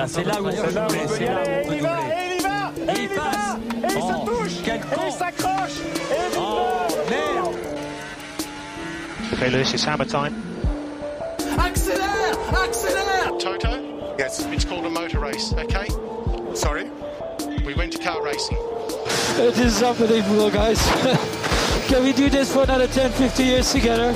là, c'est là où on peut doubler. Il y va, et il se touche, et il s'accroche, et il Merde. Okay, Lewis, it's hammer time. accélère. Toto? Yes, it's called a motor race, okay? Sorry? We went to car racing. This is unbelievable, guys. Can we do this for another 10, 50 years together?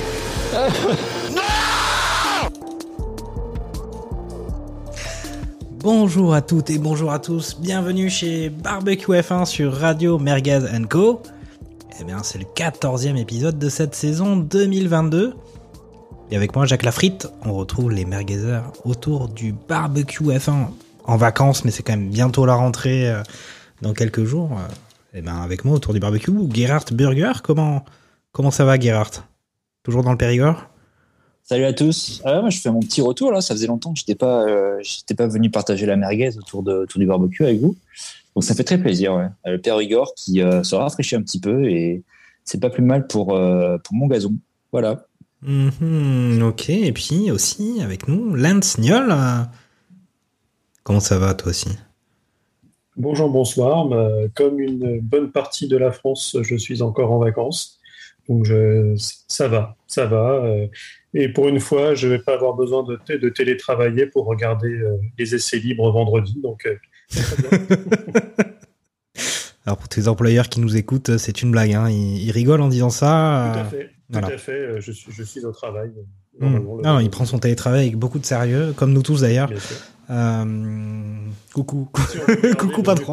Bonjour à toutes et bonjour à tous, bienvenue chez Barbecue F1 sur Radio Merguez & Co. Eh bien, c'est le 14e épisode de cette saison 2022. Et avec moi, Jacques Lafritte, on retrouve les merguezers autour du Barbecue F1 en vacances, mais c'est quand même bientôt la rentrée dans quelques jours. Eh bien, avec moi autour du barbecue, Gerhard Burger. Comment ça va, Gerhard? Toujours dans le Périgord? Salut à tous. Moi, je fais mon petit retour là. Ça faisait longtemps que j'étais pas venu partager la merguez autour du barbecue avec vous. Donc ça fait très plaisir. Ouais. Le Périgord qui se rafraîchit un petit peu et c'est pas plus mal pour mon gazon. Voilà. Ok. Et puis aussi avec nous, Lance Niol. Comment ça va toi aussi? Bonjour, bonsoir. Comme une bonne partie de la France, je suis encore en vacances. Donc ça va. Et pour une fois, je ne vais pas avoir besoin de télétravailler pour regarder les essais libres vendredi. Donc, c'est très bien. Alors pour tous les employeurs qui nous écoutent, c'est une blague. Hein. Ils rigolent en disant ça. Tout à fait. Je suis au travail. Non, il prend son télétravail avec beaucoup de sérieux, comme nous tous d'ailleurs. Coucou. Coucou patron.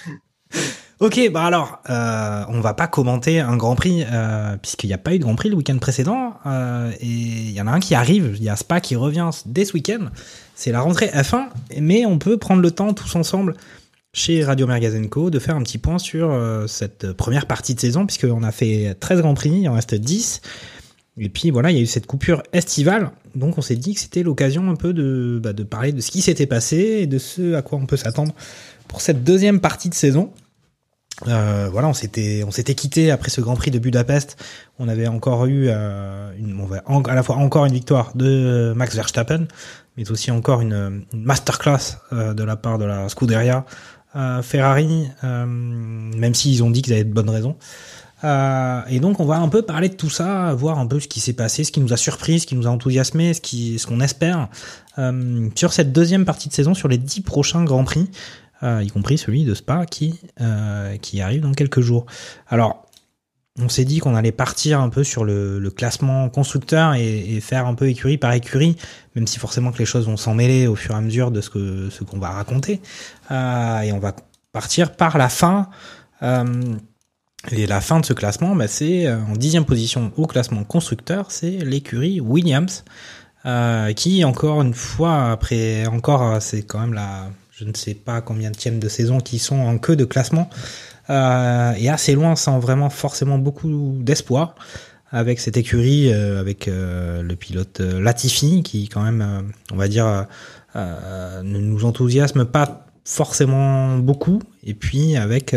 Ok, bah alors, on va pas commenter un Grand Prix, puisqu'il n'y a pas eu de Grand Prix le week-end précédent, et il y en a un qui arrive, il y a Spa qui revient dès ce week-end, c'est la rentrée F1, mais on peut prendre le temps tous ensemble, chez Radio Merguez & Co, de faire un petit point sur cette première partie de saison, puisqu'on a fait 13 Grands Prix, il en reste 10, et puis voilà, il y a eu cette coupure estivale, donc on s'est dit que c'était l'occasion un peu de parler de ce qui s'était passé, et de ce à quoi on peut s'attendre pour cette deuxième partie de saison. Voilà, on s'était quitté après ce Grand Prix de Budapest. On avait encore eu à la fois encore une victoire de Max Verstappen, mais aussi encore une masterclass de la part de la Scuderia Ferrari, même s'ils ont dit qu'ils avaient de bonnes raisons. Et donc on va un peu parler de tout ça, voir un peu ce qui s'est passé, ce qui nous a surpris, ce qui nous a enthousiasmé, ce qu'on espère sur cette deuxième partie de saison, sur les 10 prochains Grands Prix. Y compris celui de Spa qui arrive dans quelques jours. Alors, on s'est dit qu'on allait partir un peu sur le classement constructeur et faire un peu écurie par écurie, même si forcément que les choses vont s'en mêler au fur et à mesure de ce qu'on va raconter. Et on va partir par la fin. Et la fin de ce classement, c'est en 10e position au classement constructeur, c'est l'écurie Williams, qui encore une fois, c'est quand même je ne sais pas combien de saison qui sont en queue de classement, et assez loin sans vraiment forcément beaucoup d'espoir avec cette écurie, avec le pilote Latifi qui quand même, on va dire, ne nous enthousiasme pas forcément beaucoup, et puis avec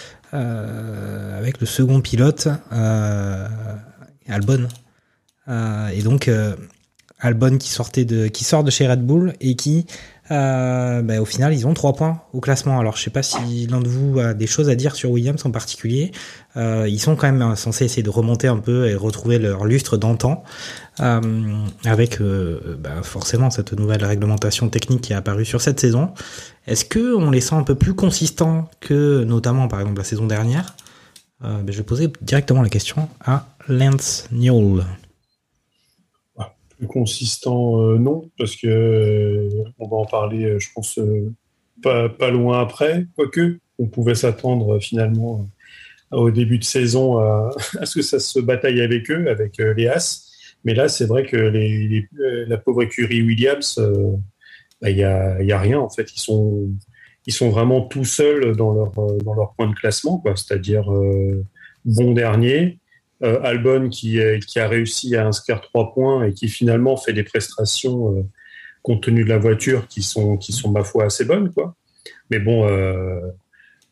le second pilote Albon, et donc Albon qui sort de chez Red Bull et qui au final ils ont 3 points au classement. Alors je sais pas si l'un de vous a des choses à dire sur Williams en particulier. Ils sont quand même censés essayer de remonter un peu et retrouver leur lustre d'antan, avec forcément cette nouvelle réglementation technique qui est apparue sur cette saison. Est-ce que on les sent un peu plus consistants que notamment par exemple la saison dernière? Je vais poser directement la question à Lance Niol. Plus consistant, non, parce que on va en parler, je pense, pas loin après. Quoique, on pouvait s'attendre finalement au début de saison à ce que ça se bataille avec eux, avec les As. Mais là, c'est vrai que la pauvre écurie Williams, il y a rien en fait. Ils sont vraiment tout seuls dans leur point de classement, quoi. C'est-à-dire bon dernier. Albon qui a réussi à inscrire 3 points et qui finalement fait des prestations compte tenu de la voiture qui sont ma foi assez bonnes, quoi. Mais bon,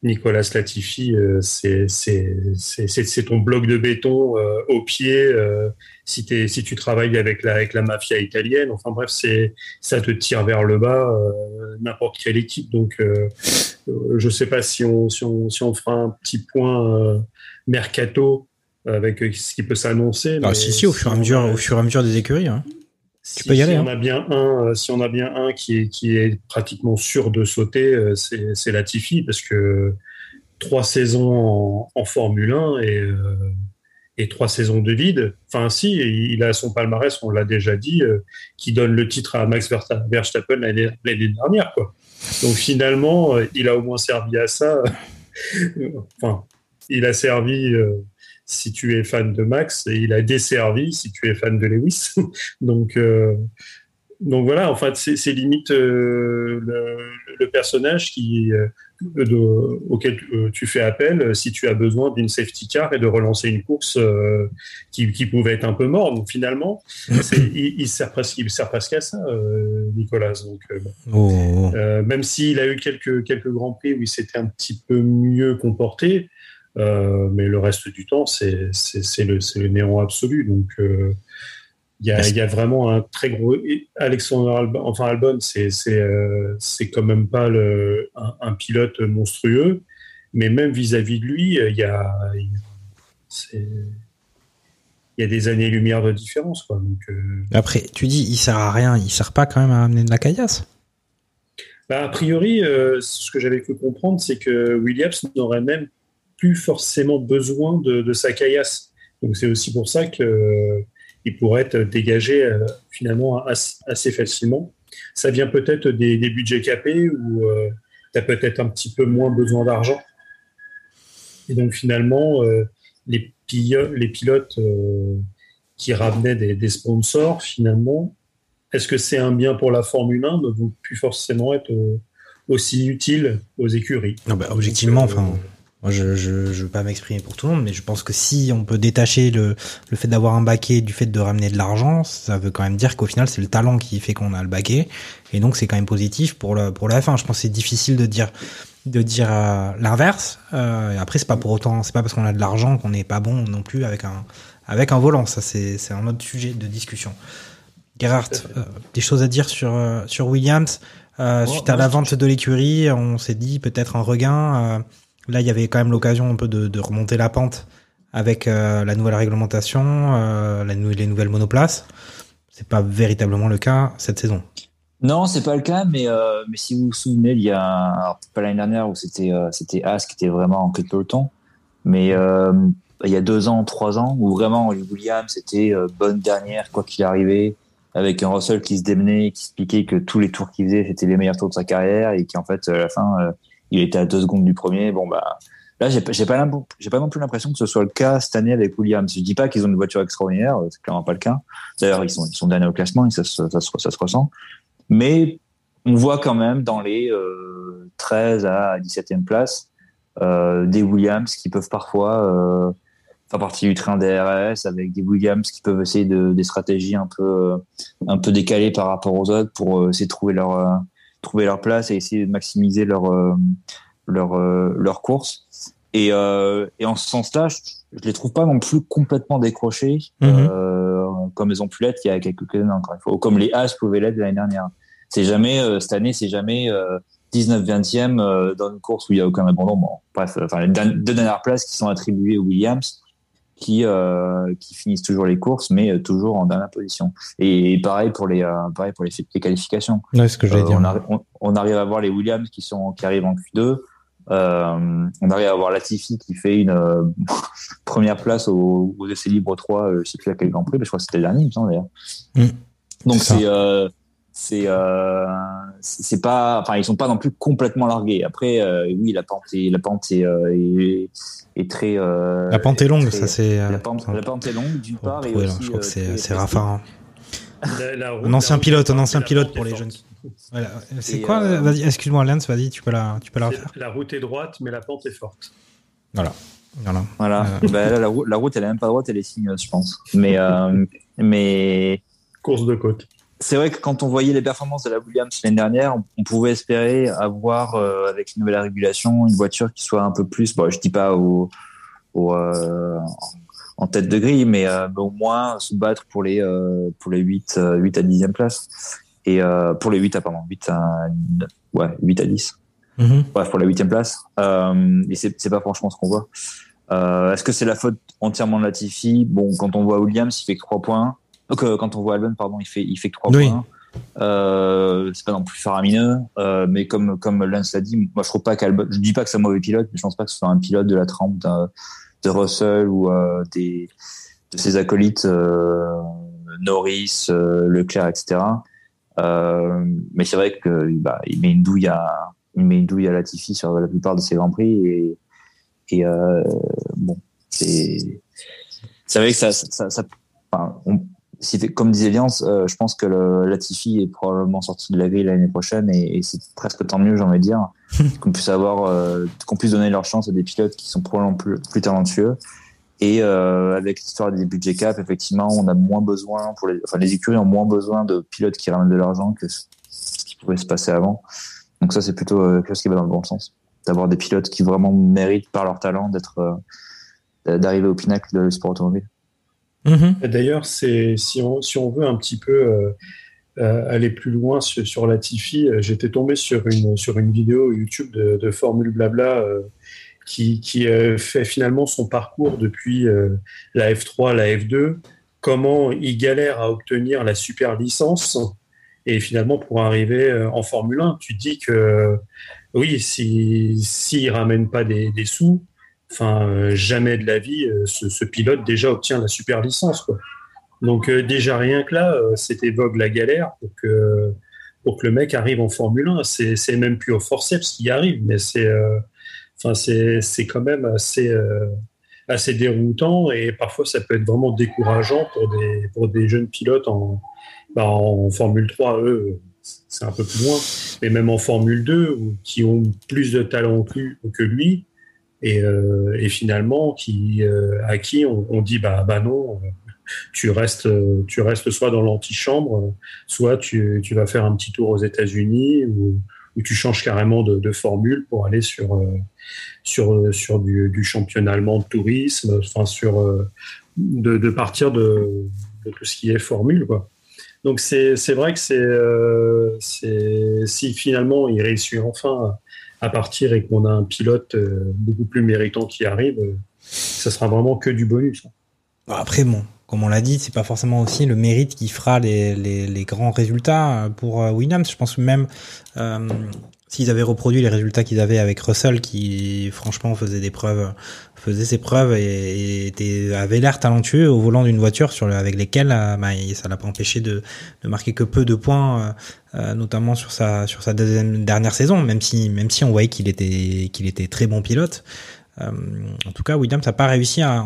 Nicolas Latifi, c'est ton bloc de béton au pied. Si tu travailles avec la mafia italienne, enfin bref, ça te tire vers le bas, n'importe quelle équipe. Donc, je sais pas si on fera un petit point mercato avec ce qui peut s'annoncer. Si, au fur et à mesure des écuries. Hein. Tu peux y aller. Si on a bien un qui est pratiquement sûr de sauter, c'est Latifi, parce que 3 saisons en Formule 1 et 3 saisons de vide. Enfin, si, il a son palmarès, on l'a déjà dit, qui donne le titre à Max Verstappen l'année dernière, quoi. Donc finalement, il a au moins servi à ça. Enfin, il a servi. Si tu es fan de Max, et il a desservi si tu es fan de Lewis. Donc voilà, en fait, c'est limite le personnage auquel tu fais appel si tu as besoin d'une safety car et de relancer une course qui pouvait être un peu morte. Donc finalement, il sert presque à ça, Nicolas. Donc, même s'il a eu quelques grands prix où il s'était un petit peu mieux comporté, mais le reste du temps, c'est le néant absolu. Donc, il y a vraiment un très gros. Alexander Albon, c'est quand même pas un pilote monstrueux, mais même vis-à-vis de lui, il y a des années-lumière de différence, quoi. Donc, après, tu dis, il sert à rien, il sert pas quand même à amener de la caillasse. A priori, ce que j'avais pu comprendre, c'est que Williams n'aurait même plus forcément besoin de sa caillasse. Donc c'est aussi pour ça qu'il pourrait être dégagé finalement assez facilement. Ça vient peut-être des budgets capés où tu as peut-être un petit peu moins besoin d'argent. Et donc finalement, les pilotes qui ramenaient des sponsors, finalement, est-ce que c'est un bien pour la Formule 1 ne vont plus forcément être aussi utiles aux écuries. Non, objectivement, moi, je veux pas m'exprimer pour tout le monde, mais je pense que si on peut détacher le fait d'avoir un baquet du fait de ramener de l'argent, ça veut quand même dire qu'au final, c'est le talent qui fait qu'on a le baquet. Et donc, c'est quand même positif pour la F1. Je pense que c'est difficile de dire l'inverse. Et après, c'est pas pour autant, c'est pas parce qu'on a de l'argent qu'on n'est pas bon non plus avec un volant. Ça, c'est un autre sujet de discussion. Gerhard, des choses à dire sur Williams? Suite à la vente de l'écurie, on s'est dit peut-être un regain. Là, il y avait quand même l'occasion un peu de remonter la pente avec la nouvelle réglementation, les nouvelles monoplaces. C'est pas véritablement le cas cette saison. Non, c'est pas le cas, mais si vous vous souvenez, il y a alors, pas l'année dernière où c'était Haas qui était vraiment en queue de peloton, mais il y a 2 ans, 3 ans où vraiment Williams était bonne dernière quoi qu'il arrivait, avec un Russell qui se démenait, qui expliquait que tous les tours qu'il faisait c'était les meilleurs tours de sa carrière et qu'en fait à la fin il était à 2 secondes du premier. Bon bah là j'ai pas non plus l'impression que ce soit le cas cette année avec Williams. Je dis pas qu'ils ont une voiture extraordinaire, c'est clairement pas le cas. D'ailleurs ils sont derniers au classement et ça se ressent. Mais on voit quand même dans les 13 à 17e place des Williams qui peuvent parfois faire partie du train DRS, avec des Williams qui peuvent essayer des stratégies un peu décalées par rapport aux autres pour essayer de trouver leur place et essayer de maximiser leur course. Et en ce sens-là, je les trouve pas non plus complètement décrochés comme ils ont pu l'être il y a quelques années encore une fois, ou comme les Haas pouvaient l'être l'année dernière. C'est jamais cette année, c'est jamais 19-20e dans une course où il y a aucun abandon. Bon, bref, les 2 dernières places qui sont attribuées aux Williams, qui finissent toujours les courses, mais toujours en dernière position. Et pareil pour les qualifications. Ouais, c'est ce que j'allais dire. On arrive à voir les Williams qui arrivent en Q2. On arrive à voir Latifi qui fait une première place aux essais libres 3, je sais plus à quel Grand Prix, mais je crois que c'était le dernier, il me semble d'ailleurs. Donc c'est pas, enfin ils sont pas non plus complètement largués. Après oui, la pente est très la pente est longue, ça c'est la pente est longue d'une part et aussi je crois que c'est Raffarin. Un ancien pilote pour les jeunes. Voilà. C'est quoi Vas-y, excuse-moi Lance, vas-y, tu peux la refaire. La route est droite, mais la pente est forte. Voilà. Là, la route elle est même pas droite, elle est sinueuse, je pense. Mais course de côte. c'est vrai que quand on voyait les performances de la Williams l'année dernière, on pouvait espérer avoir, avec une nouvelle régulation, une voiture qui soit un peu plus, bon, je dis pas en tête de grille, mais au moins se battre pour les 8 à 10e place. Et pour les 8 à 10. Bref, pour la 8e place. Et c'est pas franchement ce qu'on voit. Est-ce que c'est la faute entièrement de Latifi? Bon, quand on voit Williams, il fait que 3 points. Donc, quand on voit Albon, pardon, il fait que 3 points. C'est pas non plus faramineux, mais comme Lance l'a dit, moi je trouve pas qu'Albon, je dis pas que c'est un mauvais pilote, mais je pense pas que ce soit un pilote de la trempe de Russell ou de ses acolytes Norris, Leclerc, etc. Mais c'est vrai que il met une douille à Latifi sur la plupart de ses grands prix et bon, c'est vrai que ça comme disait Liance, je pense que Latifi est probablement sorti de la grille l'année prochaine et c'est presque tant mieux, j'ai envie de dire, qu'on puisse donner leur chance à des pilotes qui sont probablement plus talentueux. Et avec l'histoire des budget cap, effectivement, on a moins besoin les écuries ont moins besoin de pilotes qui ramènent de l'argent que ce qui pouvait se passer avant. Donc ça, c'est plutôt quelque chose qui va dans le bon sens, d'avoir des pilotes qui vraiment méritent par leur talent d'arriver au pinacle du sport automobile. D'ailleurs, si on veut un petit peu aller plus loin sur Latifi, j'étais tombé sur une vidéo YouTube de Formule Blabla qui fait finalement son parcours depuis la F3, la F2, comment il galère à obtenir la super licence et finalement pour arriver en Formule 1. Tu dis que oui, s'il ramène pas des sous, jamais de la vie, ce pilote déjà obtient la super licence, quoi. Donc déjà rien que là, c'était vogue la galère pour que le mec arrive en Formule 1. C'est même plus au forceps qu'il arrive, mais c'est quand même assez déroutant et parfois ça peut être vraiment décourageant pour des jeunes pilotes en Formule 3. Eux, c'est un peu plus loin, mais même en Formule 2 qui ont plus de talent que lui. Et finalement à qui on dit non, tu restes soit dans l'antichambre, soit tu vas faire un petit tour aux États-Unis ou tu changes carrément de formule pour aller sur du championnat allemand de tourisme, de partir de tout ce qui est formule, quoi. Donc c'est vrai que si finalement il réussit enfin à partir et qu'on a un pilote beaucoup plus méritant qui arrive, ça sera vraiment que du bonus. Après, bon, comme on l'a dit, c'est pas forcément aussi le mérite qui fera les grands résultats pour Williams. Je pense que même s'ils avaient reproduit les résultats qu'ils avaient avec Russell, qui franchement faisait ses preuves et avait l'air talentueux au volant d'une voiture avec lesquelles ça l'a pas empêché de marquer que peu de points, notamment sur sa dernière saison, même si on voyait qu'il était très bon pilote. En tout cas, Williams n'a pas réussi à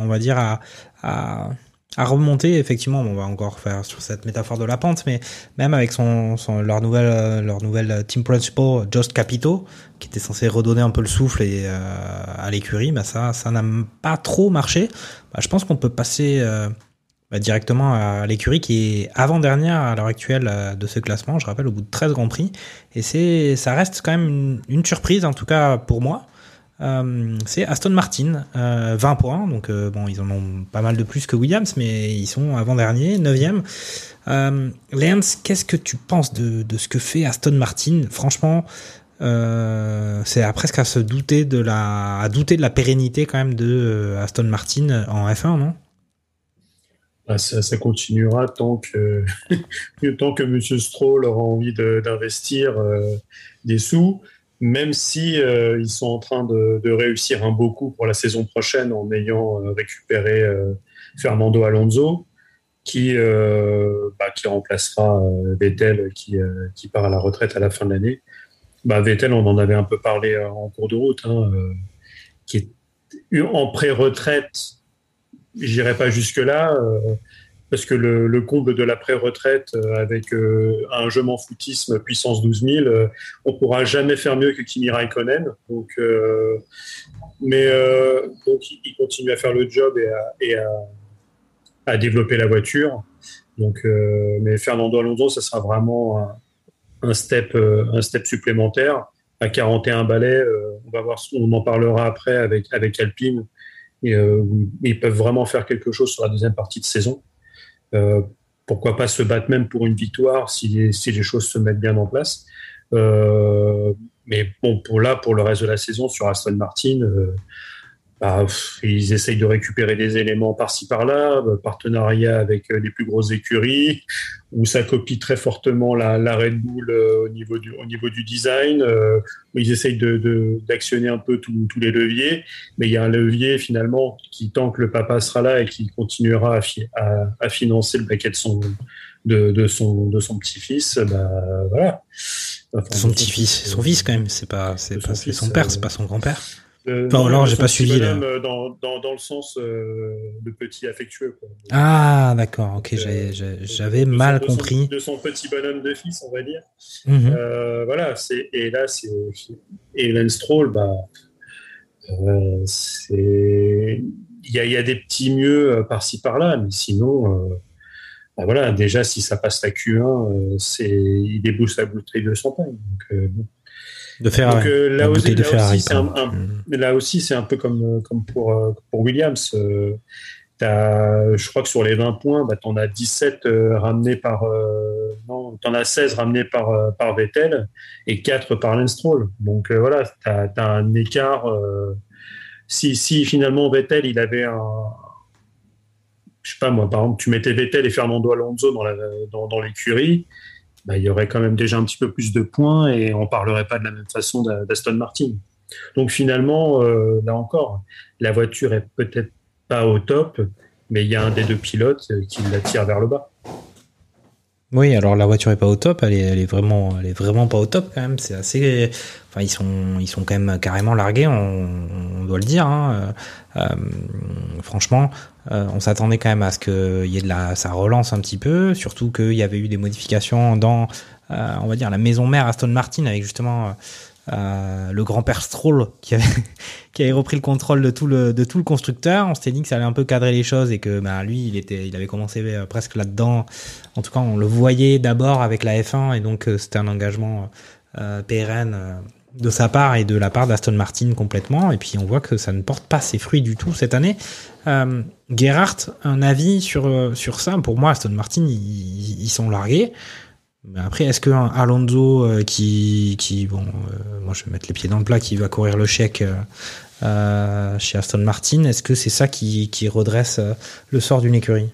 remonter. Effectivement, on va encore faire sur cette métaphore de la pente, mais même avec leur nouvelle team principal, Jost Capito, qui était censé redonner un peu le souffle à l'écurie, ça n'a pas trop marché. Je pense qu'on peut passer directement à l'écurie qui est avant-dernière à l'heure actuelle de ce classement, je rappelle, au bout de 13 Grands Prix, et ça reste quand même une surprise, en tout cas pour moi. C'est Aston Martin, 20 points, donc ils en ont pas mal de plus que Williams, mais ils sont avant-dernier, 9e. Lance, qu'est-ce que tu penses de ce que fait Aston Martin? Franchement, c'est presque à se douter de la pérennité quand même de Aston Martin en F1, non? Ça continuera tant que Monsieur Stroll aura envie d'investir des sous. Même si ils sont en train de réussir un beau coup pour la saison prochaine en ayant récupéré Fernando Alonso, qui remplacera Vettel qui part à la retraite à la fin de l'année. Vettel, on en avait un peu parlé en cours de route, qui est en pré-retraite. J'irai pas jusque-là. Parce que le comble de la pré-retraite avec un je m'en foutisme puissance 12 000, on pourra jamais faire mieux que Kimi Raikkonen. Donc il continue à faire le job et à développer la voiture. Donc, mais Fernando Alonso, ça sera vraiment un step supplémentaire. À 41 balais, on va voir, on en parlera après avec Alpine. Et, ils peuvent vraiment faire quelque chose sur la deuxième partie de saison. Pourquoi pas se battre même pour une victoire si les choses se mettent bien en place. Mais bon, pour le reste de la saison sur Aston Martin, ils essayent de récupérer des éléments par-ci par-là, partenariat avec les plus grosses écuries, où ça copie très fortement la Red Bull au niveau du design, où ils essayent d'actionner un peu tous les leviers, mais il y a un levier finalement qui, tant que le papa sera là et qui continuera à financer le baquet de son petit-fils, voilà. Enfin, son petit-fils, son fils quand même, c'est son père, c'est pas son grand-père. Non, alors j'ai pas suivi là. Dans le sens de petit affectueux, quoi. Ah d'accord, ok, j'avais mal compris. De son petit bonhomme de fils, on va dire. Voilà, et Lance Stroll, il y a des petits mieux par-ci par-là, mais sinon, voilà, déjà si ça passe la Q1, il débouche la bouteille de champagne. Donc, bon. De Ferrari. Là aussi, c'est un peu comme pour Williams. Je crois que sur les 20 points, t'en as 17 ramenés t'en as 16 ramenés par Vettel et 4 par Lance Stroll. Donc voilà, t'as un écart. Si finalement Vettel, il avait je sais pas moi, par exemple, tu mettais Vettel et Fernando Alonso dans l'écurie, il y aurait quand même déjà un petit peu plus de points et on parlerait pas de la même façon d'Aston Martin. Donc finalement, là encore, la voiture est peut-être pas au top, mais il y a un des deux pilotes qui la tire vers le bas. Oui, alors la voiture est pas au top, elle est vraiment pas au top quand même. C'est assez, enfin ils sont quand même carrément largués, on doit le dire. Franchement, on s'attendait quand même à ce qu'il y ait ça relance un petit peu, surtout qu'il y avait eu des modifications dans, on va dire, la maison mère Aston Martin avec justement le grand-père Stroll qui avait repris le contrôle de tout le constructeur. On s'était dit que ça allait un peu cadrer les choses et que lui il avait commencé presque là-dedans. En tout cas, on le voyait d'abord avec la F1 et donc c'était un engagement pérenne de sa part et de la part d'Aston Martin complètement. Et puis on voit que ça ne porte pas ses fruits du tout cette année. Gerhardt, un avis sur ça? Pour moi, Aston Martin ils sont largués. Mais après, est-ce qu'un Alonso moi je vais mettre les pieds dans le plat, qui va courir le chèque chez Aston Martin, est-ce que c'est ça qui redresse le sort d'une écurie?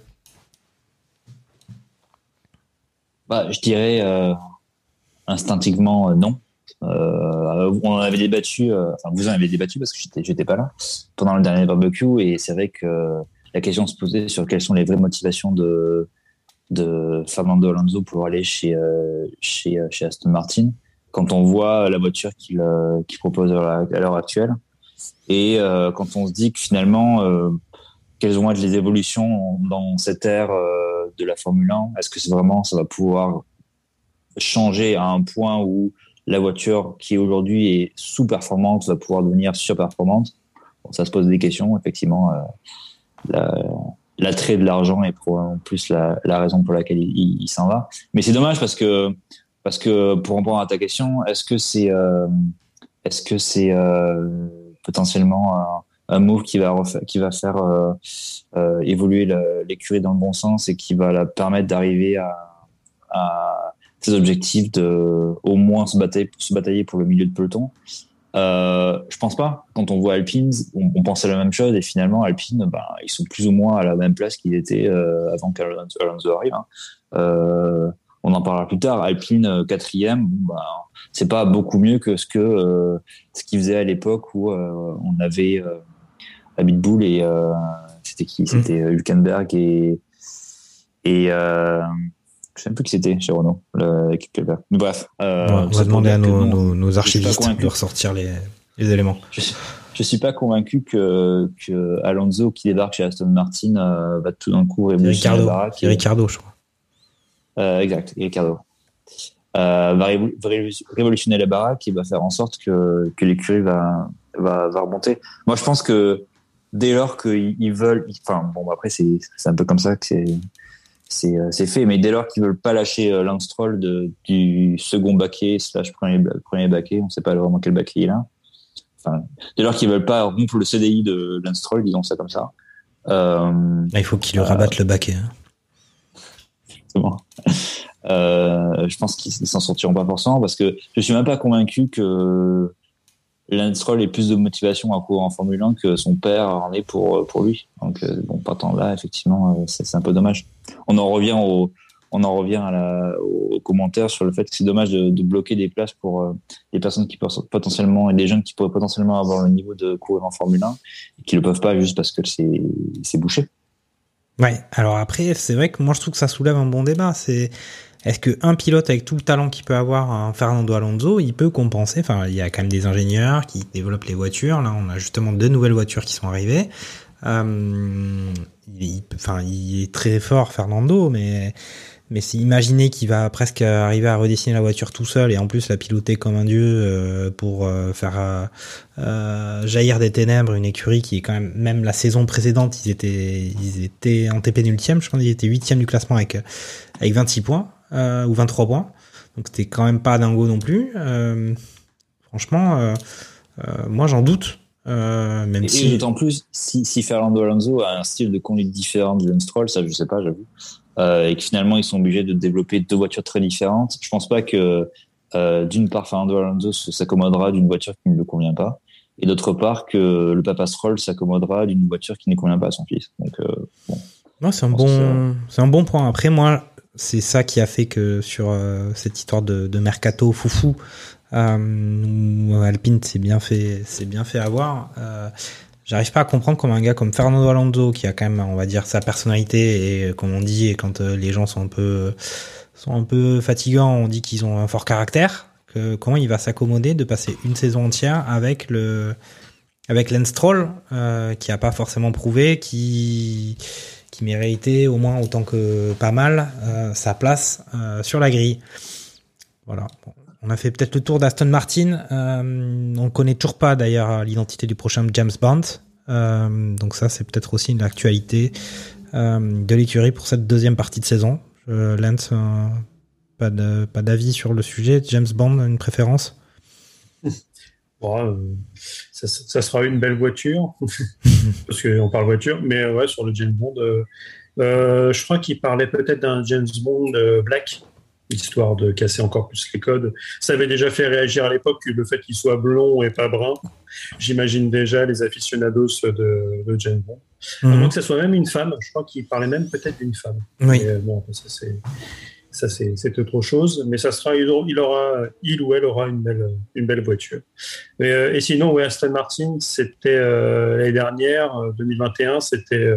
Je dirais instinctivement non. On en avait débattu, vous en avez débattu parce que j'étais pas là pendant le dernier barbecue, et c'est vrai que la question se posait sur quelles sont les vraies motivations de Fernando Alonso pour aller chez Aston Martin quand on voit la voiture qu'il propose à l'heure actuelle, et quand on se dit que finalement quelles vont être les évolutions dans cette ère de la Formule 1, est-ce que ça va pouvoir changer à un point où la voiture qui aujourd'hui est sous-performante va pouvoir devenir surperformante? Ça se pose des questions, effectivement. L'attrait de l'argent est probablement plus la raison pour laquelle il s'en va. Mais c'est dommage parce que pour répondre à ta question, est-ce que c'est potentiellement un move qui va faire évoluer l'écurie dans le bon sens et qui va la permettre d'arriver à ses objectifs de au moins se batailler pour le milieu de peloton? Je pense pas. Quand on voit Alpine, on pense à la même chose, et finalement Alpine, ils sont plus ou moins à la même place qu'ils étaient avant qu'Alonso arrive. On en parlera plus tard. Alpine 4e, c'est pas beaucoup mieux que ce qu'ils faisaient à l'époque où on avait Red-Bull et c'était qui? C'était Hülkenberg et je ne sais plus qui c'était chez Renault, l'équipe Hülkenberg. Mais bref. On va demander à nos archivistes de ressortir les éléments. Je suis pas convaincu que Alonso qui débarque chez Aston Martin va tout d'un coup révolutionner la baraque. Ricciardo, je crois. Exact, Ricciardo. Va révolutionner la baraque et va faire en sorte que l'écurie va remonter. Moi, je pense que dès lors qu'ils veulent, après c'est un peu comme ça que c'est fait. Mais dès lors qu'ils veulent pas lâcher Lance Stroll du second baquet / premier baquet, on sait pas vraiment quel baquet il a. Enfin, dès lors qu'ils veulent pas rompre le CDI de Lance Stroll, disons ça comme ça. Il faut qu'ils lui rabattent le baquet. Exactement. Je pense qu'ils s'en sortiront pas forcément parce que je suis même pas convaincu que Lance Stroll ait plus de motivation à courir en Formule 1 que son père en est pour lui. Donc bon, partant de là, effectivement, c'est un peu dommage. On en revient au commentaire sur le fait que c'est dommage de bloquer des places pour des personnes qui potentiellement et des jeunes qui pourraient potentiellement avoir le niveau de courir en Formule 1 et qui le peuvent pas juste parce que c'est bouché. Ouais. Alors après, c'est vrai que moi je trouve que ça soulève un bon débat. Est-ce qu'un pilote avec tout le talent qu'il peut avoir, Fernando Alonso, il peut compenser? Enfin, il y a quand même des ingénieurs qui développent les voitures. Là, on a justement 2 nouvelles voitures qui sont arrivées. Il est très fort, Fernando, mais imaginez qu'il va presque arriver à redessiner la voiture tout seul et en plus la piloter comme un dieu pour faire jaillir des ténèbres une écurie qui est quand même la saison précédente, ils étaient en TP8e, je pense qu'ils étaient 8e du classement avec 26 points ou 23 points. Donc c'était quand même pas dingo non plus. Franchement, moi j'en doute. Même si d'autant plus si Fernando Alonso a un style de conduite différent de Lance Stroll, ça je sais pas, j'avoue, et que finalement ils sont obligés de développer 2 voitures très différentes. Je pense pas que d'une part Fernando Alonso s'accommodera d'une voiture qui ne lui convient pas, et d'autre part que le papa Stroll s'accommodera d'une voiture qui ne convient pas à son fils. Donc bon. Non, c'est un bon point. Après moi, c'est ça qui a fait que sur cette histoire de mercato foufou. Alpine s'est bien fait avoir. J'arrive pas à comprendre comment un gars comme Fernando Alonso, qui a quand même, on va dire, sa personnalité et comme on dit, et quand les gens sont un peu fatigants, on dit qu'ils ont un fort caractère. Comment il va s'accommoder de passer une saison entière avec Lance Stroll, qui a pas forcément prouvé, qui méritait au moins autant que pas mal sa place sur la grille. Voilà. Bon. On a fait peut-être le tour d'Aston Martin. On connaît toujours pas d'ailleurs l'identité du prochain James Bond. Donc ça, c'est peut-être aussi une actualité de l'écurie pour cette deuxième partie de saison. Lance, pas d'avis sur le sujet. James Bond, une préférence? Bon, ça sera une belle voiture parce qu'on parle voiture, mais ouais, sur le James Bond, je crois qu'il parlait peut-être d'un James Bond Black, histoire de casser encore plus les codes. Ça avait déjà fait réagir à l'époque le fait qu'il soit blond et pas brun. J'imagine déjà les aficionados de James Bond. À moins que ça soit même une femme. Je crois qu'il parlait même peut-être d'une femme. Oui. Mais bon, ça c'est autre chose. Mais ça sera, il ou elle aura une belle voiture. Et sinon, ouais, Aston Martin, c'était l'année dernière, 2021, c'était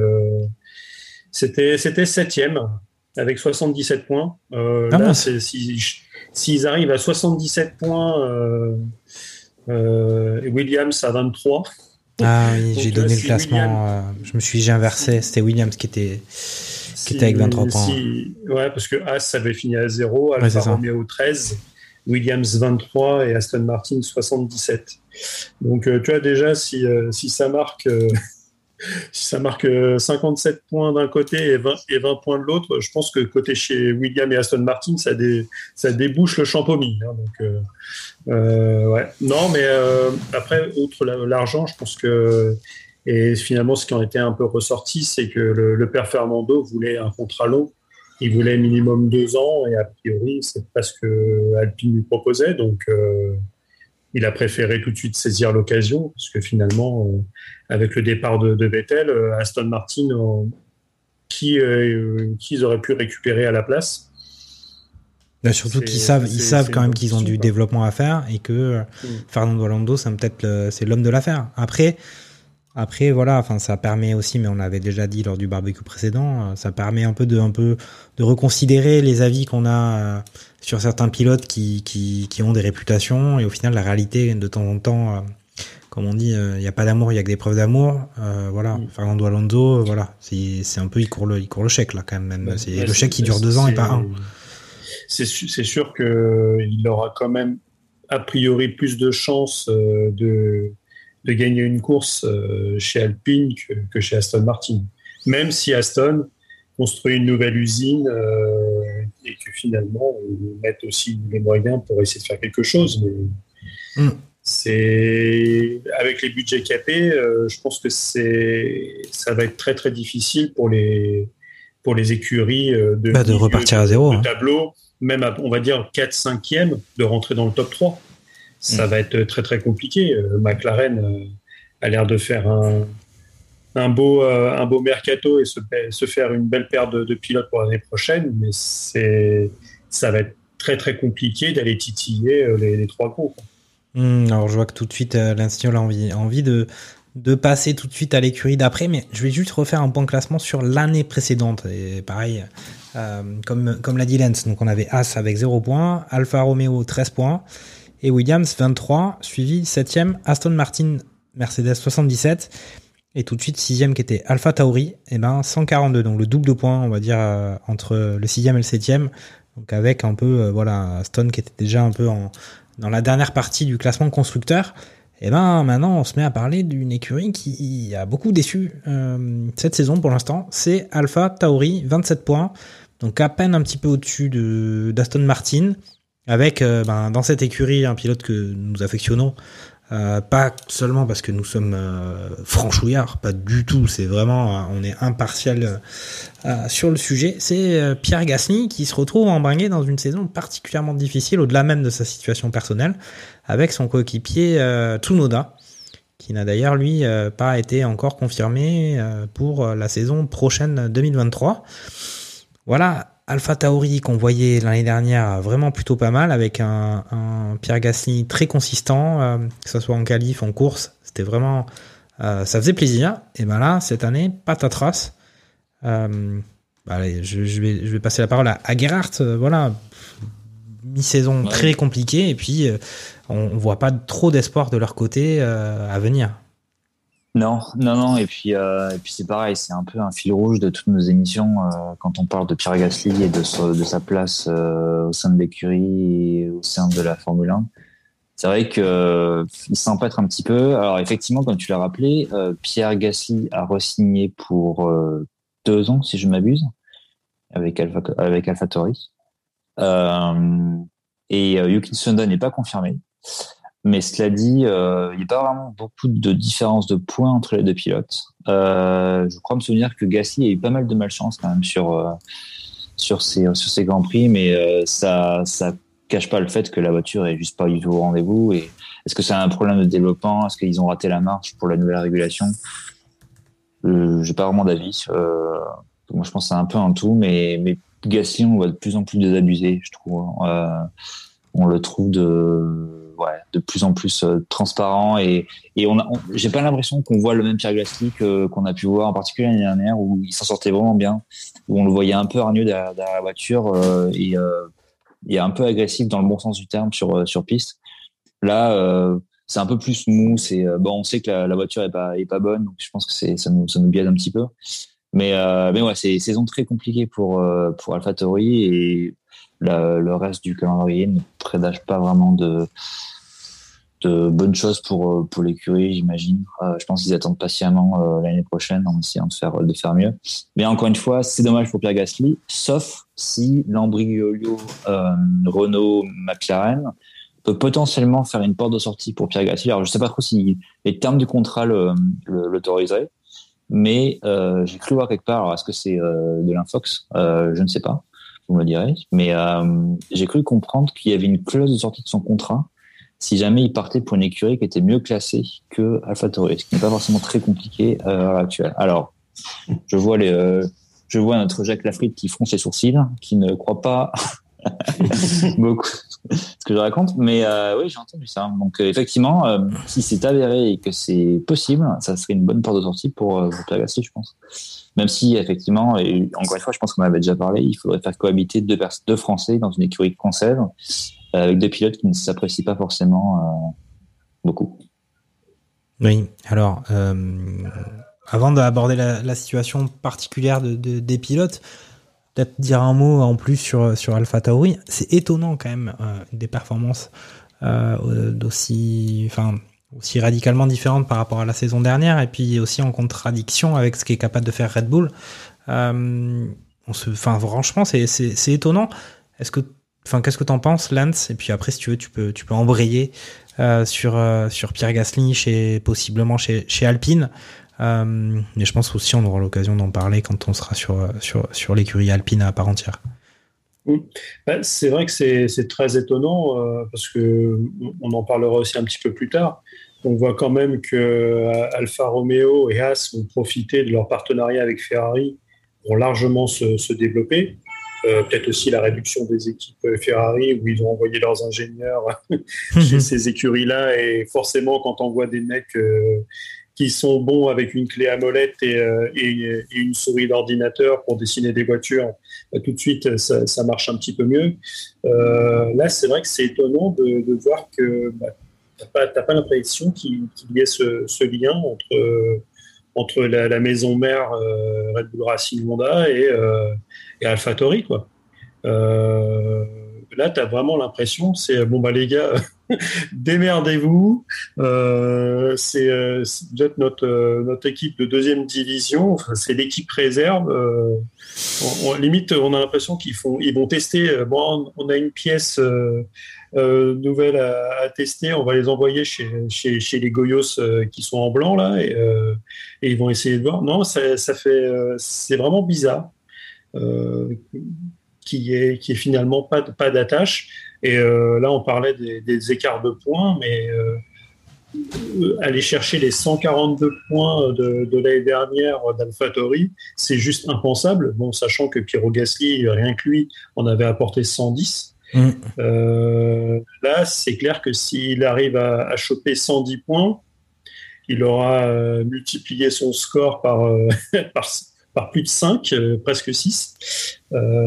7e. Avec 77 points. Là, s'ils arrivent à 77 points, Williams à 23. Ah oui, j'ai donné le classement. J'ai inversé. C'était Williams qui était avec 23 points. Ouais, parce que Haas avait fini à 0, Alfa Romeo 13, Williams 23 et Aston Martin 77. Donc, tu vois déjà, si ça marque... Si ça marque 57 points d'un côté et 20 points de l'autre, je pense que côté chez Williams et Aston Martin, ça débouche le champomis. Hein, donc, ouais. Non, mais après, outre l'argent, je pense que... Et finalement, ce qui en était un peu ressorti, c'est que le père Fernando voulait un contrat long. Il voulait minimum 2 ans et a priori, c'est pas ce que Alpine lui proposait. Donc... il a préféré tout de suite saisir l'occasion parce que finalement, avec le départ de Vettel, Aston Martin, qui ils auraient pu récupérer à la place. Là, surtout qu'ils savent quand même qu'ils ont du développement à faire et que Fernando Alonso, c'est l'homme de l'affaire. Après, voilà, enfin, ça permet aussi, mais on l'avait déjà dit lors du barbecue précédent, ça permet un peu de reconsidérer les avis qu'on a sur certains pilotes qui ont des réputations et au final, la réalité, de temps en temps, comme on dit, il n'y a pas d'amour, il y a que des preuves d'amour. Voilà, Fernando Alonso, voilà, c'est un peu, il court le chèque là quand même. C'est le chèque qui dure 2 ans et pas 1. C'est sûr qu'il aura quand même a priori plus de chances de gagner une course chez Alpine que chez Aston Martin. Même si Aston construit une nouvelle usine et que finalement on mette aussi les moyens pour essayer de faire quelque chose. Mais c'est avec les budgets capés, je pense que ça va être très très difficile pour les écuries de repartir à zéro, de tableau, même à, on va dire 4-5e, de rentrer dans le top 3. Ça va être très très compliqué. McLaren a l'air de faire un beau mercato et se faire une belle paire de pilotes pour l'année prochaine, mais ça va être très très compliqué d'aller titiller les trois gros. Alors je vois que tout de suite l'Instignol a envie de passer tout de suite à l'écurie d'après, mais je vais juste refaire un point classement sur l'année précédente. Et pareil, comme l'a dit Lens, donc on avait As avec 0 points, Alfa Romeo 13 points, et Williams 23, suivi 7e Aston Martin Mercedes 77, et tout de suite 6e qui était Alpha Tauri, 142, donc le double de points, on va dire, entre le 6e et le 7e, donc avec un peu, Aston qui était déjà un peu dans la dernière partie du classement constructeur. Et maintenant on se met à parler d'une écurie qui a beaucoup déçu cette saison pour l'instant, c'est Alpha Tauri, 27 points, donc à peine un petit peu au-dessus d'Aston Martin, avec dans cette écurie un pilote que nous affectionnons, pas seulement parce que nous sommes franchouillards, pas du tout, c'est vraiment on est impartial sur le sujet, c'est Pierre Gasly qui se retrouve embringué dans une saison particulièrement difficile, au-delà même de sa situation personnelle, avec son coéquipier Tsunoda, qui n'a d'ailleurs lui pas été encore confirmé pour la saison prochaine 2023. Voilà, Alpha Tauri qu'on voyait l'année dernière vraiment plutôt pas mal, avec un Pierre Gasly très consistant, que ce soit en qualif, en course, c'était vraiment ça faisait plaisir. Et là cette année patatras. Allez, je vais passer la parole à Gerhardt. Mi-saison très compliquée, et puis on voit pas trop d'espoir de leur côté à venir. Non, et puis c'est pareil, c'est un peu un fil rouge de toutes nos émissions quand on parle de Pierre Gasly et de sa place au sein de l'écurie et au sein de la Formule 1. C'est vrai que il s'empêtre un petit peu. Alors effectivement, comme tu l'as rappelé, Pierre Gasly a re-signé pour 2 ans, si je m'abuse, avec AlphaTauri. Et Yuki Tsunoda n'est pas confirmé. Mais cela dit, il n'y a pas vraiment beaucoup de différence de points entre les deux pilotes. Je crois me souvenir que Gasly a eu pas mal de malchance quand même sur ces grands prix, mais ça cache pas le fait que la voiture est juste pas du tout au rendez-vous. Et est-ce que c'est un problème de développement? Est-ce qu'ils ont raté la marche pour la nouvelle régulation? J'ai pas vraiment d'avis. Moi, je pense que c'est un peu un tout, mais Gasly, on voit de plus en plus désabusé, je trouve. On le trouve de plus en plus transparent, et j'ai pas l'impression qu'on voit le même Pierre Gasly qu'on a pu voir en particulier l'année dernière, où il s'en sortait vraiment bien, où on le voyait un peu hargneux derrière la voiture et un peu agressif dans le bon sens du terme sur piste. Là, c'est un peu plus smooth, on sait que la voiture est pas bonne, donc je pense que ça nous biaise un petit peu. Mais ouais, c'est une saison très compliquée pour AlphaTauri, et le reste du calendrier ne prédage pas vraiment de bonnes choses pour l'écurie, j'imagine. Je pense qu'ils attendent patiemment l'année prochaine en essayant de faire mieux. Mais encore une fois, c'est dommage pour Pierre Gasly, sauf si l'embryoglio Renault-McLaren peut potentiellement faire une porte de sortie pour Pierre Gasly. Alors je sais pas trop si les termes du contrat l'autoriseraient, mais j'ai cru voir quelque part, alors est-ce que c'est de l'Infox, je ne sais pas, vous me le direz, mais j'ai cru comprendre qu'il y avait une clause de sortie de son contrat si jamais il partait pour une écurie qui était mieux classée que AlphaTauri, ce qui n'est pas forcément très compliqué à l'heure actuelle. Alors, je vois notre Jacques Lafritte qui fronce ses sourcils, qui ne croit pas beaucoup ce que je raconte, mais oui, j'ai entendu ça. Donc effectivement, si c'est avéré et que c'est possible, ça serait une bonne porte de sortie pour Pierre Gasly, je pense. Même si effectivement, et encore une fois, je pense qu'on en avait déjà parlé, il faudrait faire cohabiter deux Français dans une écurie française, avec deux pilotes qui ne s'apprécient pas forcément beaucoup. Oui, alors avant d'aborder la situation particulière des pilotes, peut-être dire un mot en plus sur AlphaTauri. C'est étonnant quand même des performances aussi radicalement différentes par rapport à la saison dernière, et puis aussi en contradiction avec ce qu'est capable de faire Red Bull. franchement, c'est étonnant. Qu'est-ce que t'en penses, Lance? Et puis après, si tu veux, tu peux embrayer sur Pierre Gasly possiblement chez Alpine. Mais je pense aussi on aura l'occasion d'en parler quand on sera sur l'écurie Alpine à part entière. C'est vrai que c'est très étonnant parce que on en parlera aussi un petit peu plus tard. On voit quand même que Alfa Romeo et Haas ont profité de leur partenariat avec Ferrari pour largement se développer. Peut-être aussi la réduction des équipes Ferrari où ils ont envoyé leurs ingénieurs chez ces écuries-là, et forcément quand on voit des mecs qui sont bons avec une clé à molette et une souris d'ordinateur pour dessiner des voitures, tout de suite ça marche un petit peu mieux. Là c'est vrai que c'est étonnant de voir que t'as pas l'impression qu'il y ait ce lien entre la maison mère Red Bull Racing Honda et AlphaTauri, quoi. Là, tu as vraiment l'impression, c'est bon, les gars, démerdez-vous. Vous êtes notre équipe de deuxième division, c'est l'équipe réserve. Limite, on a l'impression ils vont tester. On a une pièce nouvelle à tester, on va les envoyer chez les Goyos qui sont en blanc là, et ils vont essayer de voir. Non, c'est vraiment bizarre. Qui est finalement pas d'attache. Et là, on parlait des écarts de points, mais aller chercher les 142 points de l'année dernière d'AlphaTauri, c'est juste impensable. Bon, sachant que Piero Gasly, rien que lui, en avait apporté 110. Là, c'est clair que s'il arrive à choper 110 points, il aura multiplié son score par plus de 5, presque 6.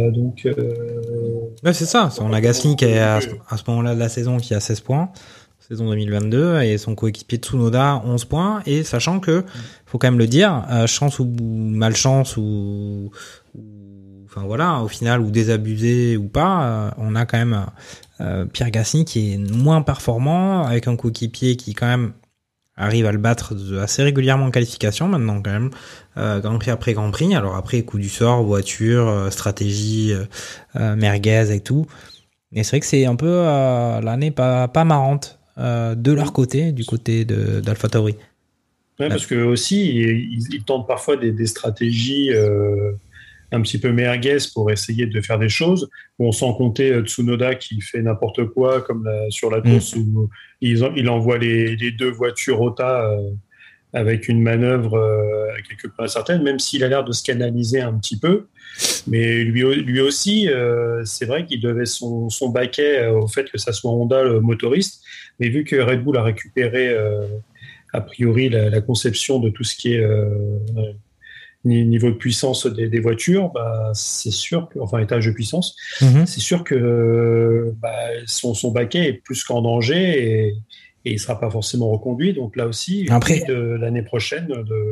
Ouais, c'est ça. On a Gasly qui est à ce moment-là de la saison qui a 16 points, saison 2022, et son coéquipier Tsunoda 11 points. Et sachant que, faut quand même le dire, chance ou malchance ou enfin voilà, au final, ou désabusé ou pas, on a quand même Pierre Gasly qui est moins performant, avec un coéquipier qui quand même arrive à le battre assez régulièrement en qualification maintenant quand même, Grand Prix après Grand Prix. Alors après, coup du sort, voiture, stratégie, merguez et tout. Et c'est vrai que c'est un peu l'année pas marrante de leur côté, du côté d'AlphaTauri. Ouais, parce que aussi ils tentent parfois des stratégies un petit peu merguez pour essayer de faire des choses. Bon, sans compter Tsunoda qui fait n'importe quoi, comme sur la course où il envoie les deux voitures OTA avec une manœuvre quelque peu incertaine, même s'il a l'air de se canaliser un petit peu. Mais lui aussi, c'est vrai qu'il devait son baquet au fait que ça soit Honda le motoriste. Mais vu que Red Bull a récupéré a priori la conception de tout ce qui est niveau de puissance des voitures, c'est sûr que, enfin étage de puissance, c'est sûr que son baquet est plus qu'en danger et il sera pas forcément reconduit. Donc là aussi, après, l'année prochaine.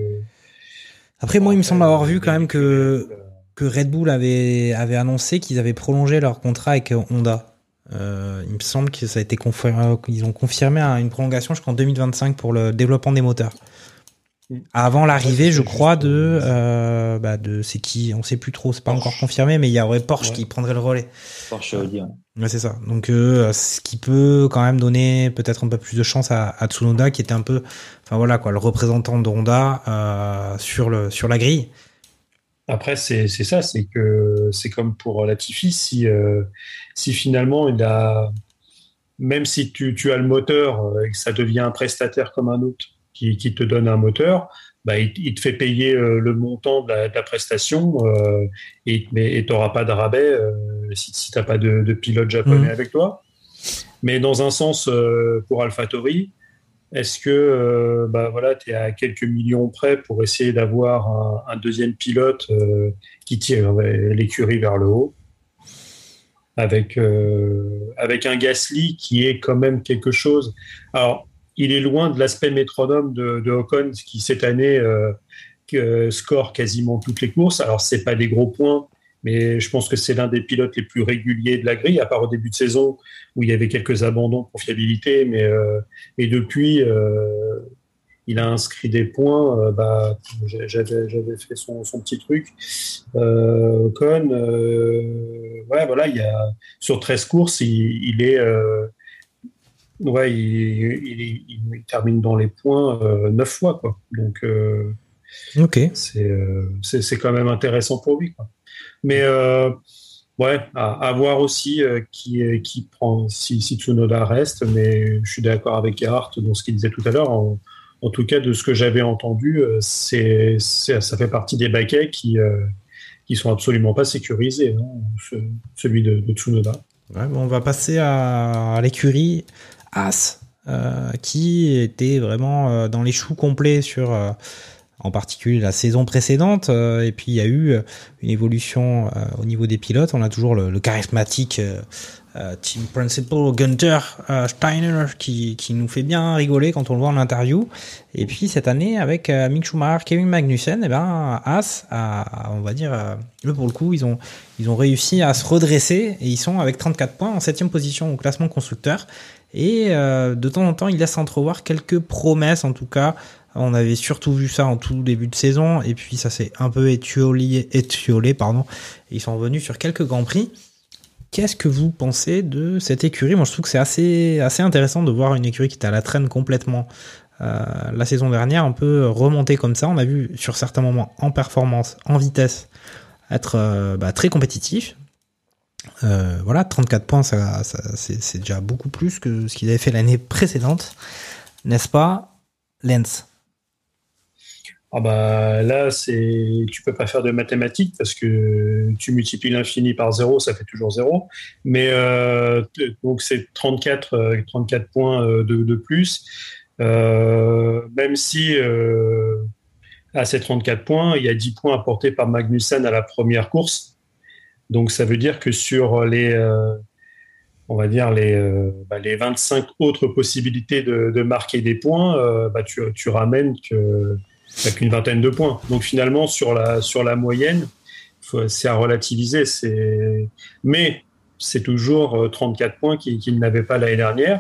Après, moi, il me semble avoir vu quand même que Red Bull avait annoncé qu'ils avaient prolongé leur contrat avec Honda. Il me semble que ça a été qu'ils ont confirmé une prolongation jusqu'en 2025 pour le développement des moteurs. Avant l'arrivée, je crois, de c'est qui, on sait plus trop, c'est pas Porsche. Encore confirmé, mais il y aurait Porsche qui prendrait le relais. Porsche Audi. Ouais, c'est ça. Donc ce qui peut quand même donner peut-être un peu plus de chance à Tsunoda, qui était un peu, enfin voilà quoi, le représentant de Honda sur la grille. Après c'est ça, c'est que c'est comme pour Latifi, si finalement il a, même si tu as le moteur et que ça devient un prestataire comme un autre qui te donne un moteur, il te fait payer le montant de la prestation et tu n'auras pas de rabais si tu n'as pas de pilote japonais avec toi. Mais dans un sens, pour AlphaTauri, est-ce que tu es à quelques millions près pour essayer d'avoir un deuxième pilote qui tire l'écurie vers le haut avec un Gasly qui est quand même quelque chose. Alors, il est loin de l'aspect métronome de Ocon qui, cette année, score quasiment toutes les courses. Alors, c'est pas des gros points, mais je pense que c'est l'un des pilotes les plus réguliers de la grille, à part au début de saison où il y avait quelques abandons pour fiabilité. Mais depuis, il a inscrit des points. J'avais fait son petit truc. Ocon, ouais, voilà, il y a sur 13 courses, il est, ouais, il termine dans les points 9 fois, quoi. Donc, Ok. c'est quand même intéressant pour lui, quoi. Mais ouais, à voir aussi qui prend si Tsunoda reste, mais je suis d'accord avec Gerhardt dans ce qu'il disait tout à l'heure. En tout cas, de ce que j'avais entendu, ça fait partie des baquets qui sont absolument pas sécurisés, hein, celui de Tsunoda. Ouais, bon, on va passer à l'écurie As, qui était vraiment dans les choux complets sur en particulier la saison précédente, et puis il y a eu une évolution au niveau des pilotes. On a toujours le charismatique team principal Günther Steiner qui nous fait bien rigoler quand on le voit en interview. Et puis cette année avec Mick Schumacher, Kevin Magnussen, et ben As on va dire eux pour le coup ils ont réussi à se redresser et ils sont avec 34 points en 7e position au classement constructeur. Et de temps en temps ils laissent entrevoir quelques promesses. En tout cas, on avait surtout vu ça en tout début de saison, et puis ça s'est un peu étiolé, pardon. Ils sont revenus sur quelques grands prix. Qu'est-ce que vous pensez de cette écurie ? Moi, je trouve que c'est assez intéressant de voir une écurie qui était à la traîne complètement la saison dernière, un peu remonter comme ça. On a vu sur certains moments en performance, en vitesse, être très compétitif. Voilà, 34 points, ça c'est déjà beaucoup plus que ce qu'ils avaient fait l'année précédente, n'est-ce pas, Lens ? Ah bah là, tu peux pas faire de mathématiques parce que tu multiplies l'infini par 0, ça fait toujours 0. Mais donc c'est 34 points de plus. Même si à ces 34 points, il y a 10 points apportés par Magnussen à la première course. Donc ça veut dire que sur on va dire les 25 autres possibilités de marquer des points, tu ramènes qu'une vingtaine de points. Donc finalement, sur la moyenne, c'est à relativiser. Mais c'est toujours 34 points qu'il n'avait pas l'année dernière.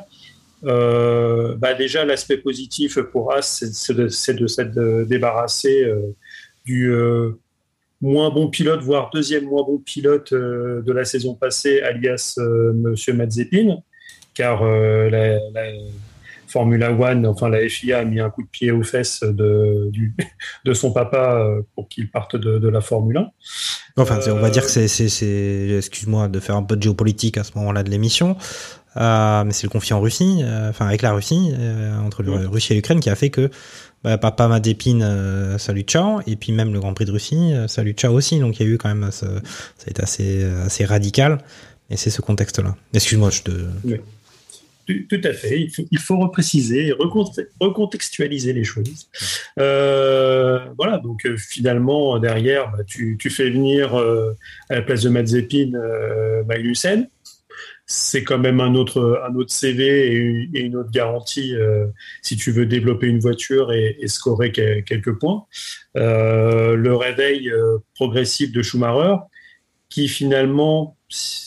Déjà, l'aspect positif pour As, c'est de s'être débarrassé du moins bon pilote, voire deuxième moins bon pilote de la saison passée, alias Monsieur Mazepin, car la Formula One, enfin la FIA a mis un coup de pied aux fesses de son papa pour qu'il parte de la Formule 1. Enfin, on va dire que c'est excuse-moi de faire un peu de géopolitique à ce moment-là de l'émission, mais c'est le conflit en Russie, avec la Russie, entre la Russie et l'Ukraine, qui a fait que papa Mazepin, salut ciao, et puis même le Grand Prix de Russie, salut ciao aussi. Donc il y a eu quand même ça a été assez radical, et c'est ce contexte-là. Excuse-moi, Oui. Tout à fait. Il faut repréciser, recontextualiser les choses. Voilà. Donc finalement derrière, tu fais venir à la place de Mazepin Magnussen. C'est quand même un autre CV et une autre garantie si tu veux développer une voiture et scorer quelques points. Le réveil progressif de Schumacher, qui finalement,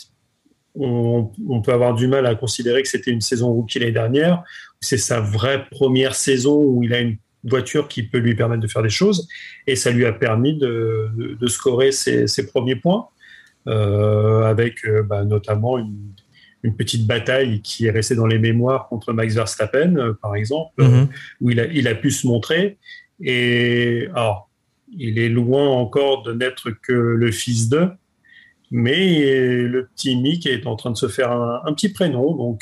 on peut avoir du mal à considérer que c'était une saison rookie l'année dernière. C'est sa vraie première saison où il a une voiture qui peut lui permettre de faire des choses, et ça lui a permis de scorer ses premiers points avec notamment une petite bataille qui est restée dans les mémoires contre Max Verstappen, par exemple, où il a pu se montrer. Et alors, il est loin encore de n'être que le fils d'eux, mais le petit Mick est en train de se faire un petit prénom. Donc,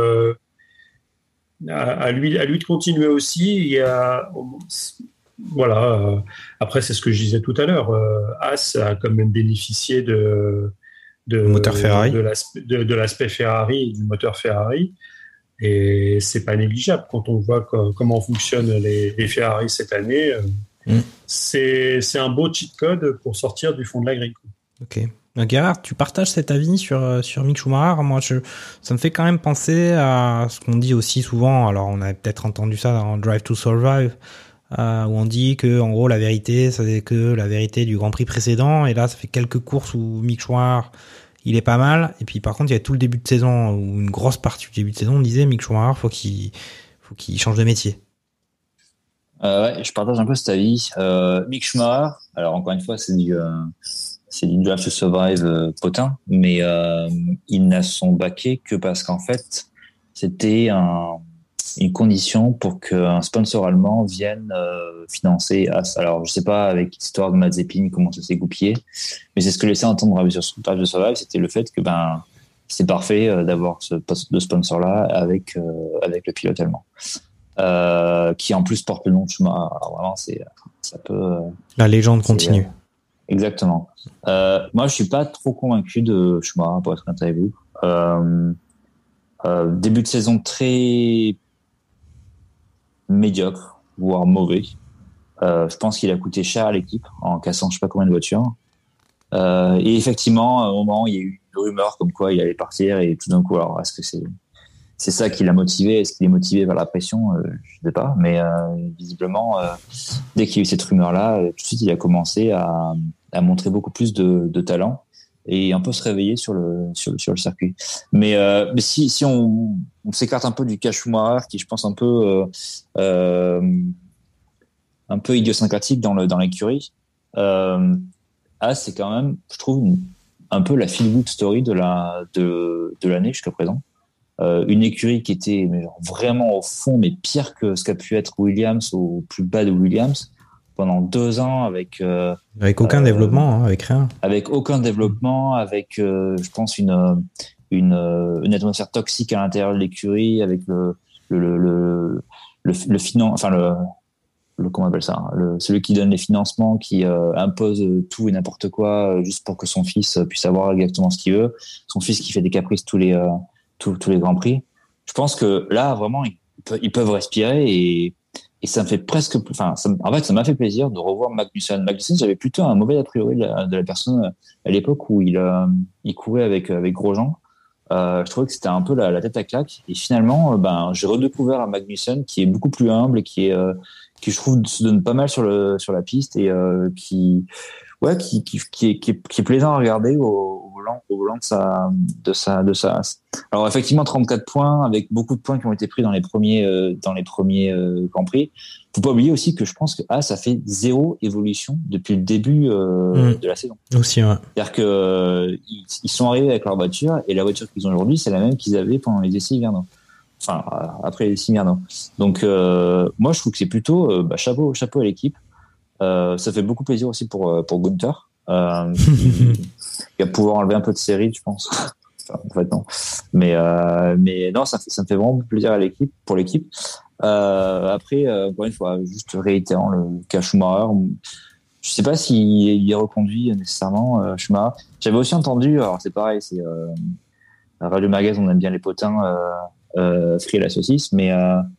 à lui de continuer aussi. Il y a, voilà. Après, c'est ce que je disais tout à l'heure. As a quand même bénéficié de moteur Ferrari, de l'aspect Ferrari et du moteur Ferrari, et c'est pas négligeable quand on voit comment fonctionnent les Ferrari cette année. C'est un beau cheat code pour sortir du fond de la grille. Ok. Gerhardt, tu partages cet avis sur Mick Schumacher? Moi, ça me fait quand même penser à ce qu'on dit aussi souvent. Alors, on a peut-être entendu ça dans Drive to Survive, où on dit que, en gros, la vérité, c'est que la vérité du Grand Prix précédent. Et là, ça fait quelques courses où Mick Schumacher, il est pas mal. Et puis, par contre, il y a tout le début de saison, ou une grosse partie du début de saison, on disait Mick Schumacher, faut qu'il change de métier. Ouais, je partage un peu cet avis. Mick Schumacher, alors encore une fois, c'est du Drive to Survive potin, mais il n'a son baquet que parce qu'en fait, c'était une condition pour qu'un sponsor allemand vienne financer As. Alors, je sais pas avec l'histoire de Mazepin comment ça s'est goupillé, mais c'est ce que laissait entendre Drive to Survive, c'était le fait que c'est parfait d'avoir ce poste de sponsor-là avec le pilote allemand. Qui en plus porte le nom de Schumacher. Alors vraiment, ça peut. La légende continue. Exactement. Moi, je suis pas trop convaincu de Schumacher, pour être honnête avec vous. Début de saison très médiocre, voire mauvais. Je pense qu'il a coûté cher à l'équipe en cassant je sais pas combien de voitures. Et effectivement, à un moment, il y a eu une rumeur comme quoi il allait partir et tout d'un coup, alors est-ce que c'est ça qui l'a motivé? Est-ce qu'il est motivé par la pression? Je sais pas, mais visiblement, dès qu'il y a eu cette rumeur-là, tout de suite, il a commencé à montrer beaucoup plus de talent et un peu se réveiller sur le circuit. Mais si on s'écarte un peu du cas Schumacher, qui je pense un peu idiosyncratique dans l'écurie, c'est quand même, je trouve, un peu la feel-good story de l'année jusqu'à présent. Une écurie qui était vraiment au fond, mais pire que ce qu'a pu être Williams, au plus bas de Williams, pendant 2 ans avec aucun développement, avec rien. Avec aucun développement, avec je pense une atmosphère toxique à l'intérieur de l'écurie, avec le comment on appelle ça, celui qui donne les financements, qui impose tout et n'importe quoi juste pour que son fils puisse avoir exactement ce qu'il veut. Son fils qui fait des caprices tous les grands prix. Je pense que là vraiment ils peuvent respirer et ça me fait presque, en fait ça m'a fait plaisir de revoir Magnussen. Magnussen, j'avais plutôt un mauvais a priori de la personne à l'époque où il courait avec Grosjean. Je trouvais que c'était un peu la tête à claque et finalement j'ai redécouvert un Magnussen qui est beaucoup plus humble et qui je trouve se donne pas mal sur la piste et qui est plaisant à regarder au volant de sa. Alors effectivement 34 points avec beaucoup de points qui ont été pris dans les premiers Grands Prix. Faut pas oublier aussi que je pense que ça fait 0 évolution depuis le début de la saison. Aussi, ouais. C'est-à-dire que ils sont arrivés avec leur voiture et la voiture qu'ils ont aujourd'hui, c'est la même qu'ils avaient pendant les essais hivernaux. Enfin après les essais hivernaux. Donc moi je trouve que c'est plutôt chapeau à l'équipe. Ça fait beaucoup plaisir aussi pour Gunther, qui va pouvoir enlever un peu de série, je pense. Enfin, en fait non, mais non, ça me fait vraiment plaisir pour l'équipe. Après, encore une fois, juste réitérant le cas Schumacher, je sais pas s'il est reconduit nécessairement Schumacher. J'avais aussi entendu, alors c'est pareil, c'est Radio Magazine, on aime bien les potins, Free la saucisse, mais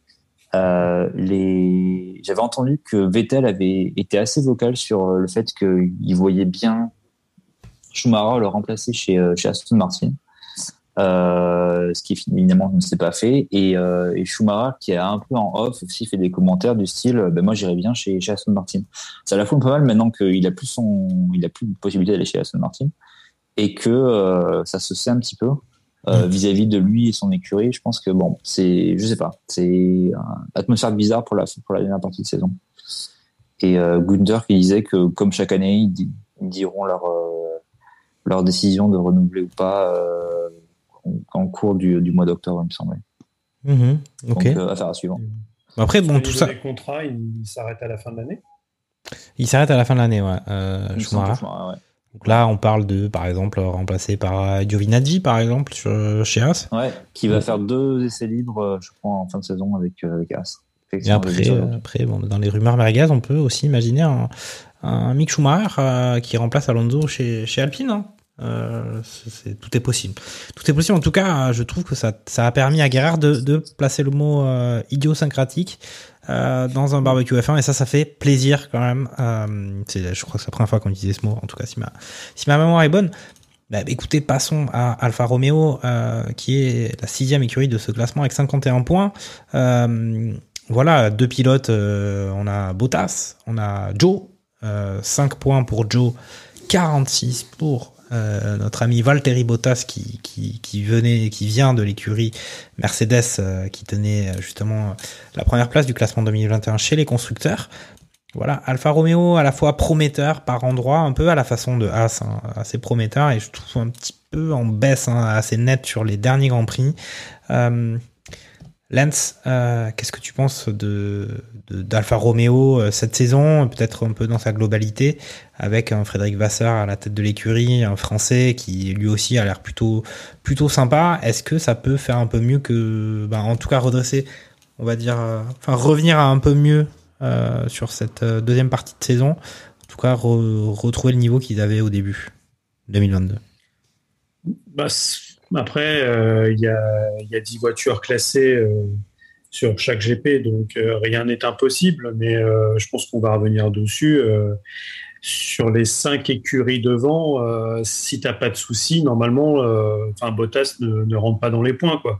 j'avais entendu que Vettel avait été assez vocal sur le fait qu'il voyait bien Schumacher le remplacer chez Aston Martin, ce qui évidemment ne s'est pas fait, et Schumacher qui a un peu en off aussi fait des commentaires du style moi j'irais bien chez Aston Martin. Ça la fout pas mal maintenant qu'il a plus de possibilité d'aller chez Aston Martin et que ça se sait un petit peu vis-à-vis de lui et son écurie. Je pense que je sais pas, c'est une atmosphère bizarre pour la dernière partie de saison. Et Gunther qui disait que comme chaque année ils diront leur décision de renouveler ou pas en cours du mois d'octobre, il me semblait. Okay. Donc affaire à suivre. Après tout ça, les contrats ils s'arrêtent à la fin de l'année. Il s'arrête à la fin de l'année, ouais. Schumacher. Ouais. Donc là, on parle de, par exemple, remplacé par Giovinazzi, par exemple, chez As. Ouais, qui va faire 2 essais libres, je crois, en fin de saison avec As. Et après, dans les rumeurs merguez, on peut aussi imaginer un Mick Schumacher qui remplace Alonso chez Alpine. Hein. Tout est possible. Tout est possible. En tout cas, je trouve que ça a permis à Gerhard de placer le mot idiosyncratique dans un barbecue F1 et ça fait plaisir quand même. Je crois que c'est la première fois qu'on disait ce mot. En tout cas, si ma mémoire est bonne. Écoutez, passons à Alfa Romeo, qui est la 6e écurie de ce classement avec 51 points. Voilà, 2 pilotes. On a Bottas, on a Joe, 5 points pour Joe, 46 pour notre ami Valtteri Bottas qui vient de l'écurie Mercedes, qui tenait justement la première place du classement 2021 chez les constructeurs. Voilà, Alfa Romeo à la fois prometteur par endroit, un peu à la façon de Haas, assez prometteur, et je trouve un petit peu en baisse, assez nette sur les derniers Grands Prix. Lance, qu'est-ce que tu penses d'Alfa Romeo cette saison, peut-être un peu dans sa globalité, avec un Frédéric Vasseur à la tête de l'écurie, un Français qui lui aussi a l'air plutôt sympa. Est-ce que ça peut faire un peu mieux que, en tout cas redresser, on va dire, revenir à un peu mieux sur cette deuxième partie de saison, en tout cas retrouver le niveau qu'ils avaient au début 2022? Après, il y a 10 voitures classées sur chaque GP, donc rien n'est impossible, mais je pense qu'on va revenir dessus. Sur les 5 écuries devant, si tu n'as pas de soucis, normalement, Bottas ne rentre pas dans les points, quoi.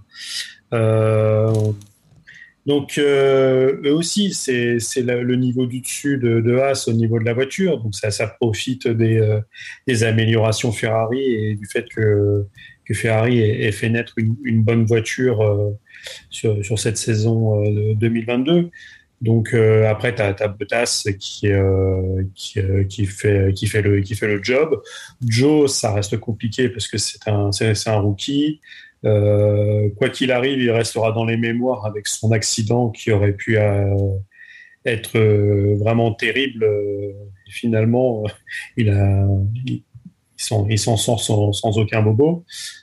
Donc, eux aussi, c'est le niveau du dessus de Haas au niveau de la voiture, donc ça profite des améliorations Ferrari et du fait que Ferrari ait fait naître une bonne voiture sur cette saison 2022. Donc après t'as Bottas qui fait le job. Joe, ça reste compliqué parce que c'est un rookie. Quoi qu'il arrive, il restera dans les mémoires avec son accident qui aurait pu être vraiment terrible. Et finalement, il s'en sort sans aucun bobo.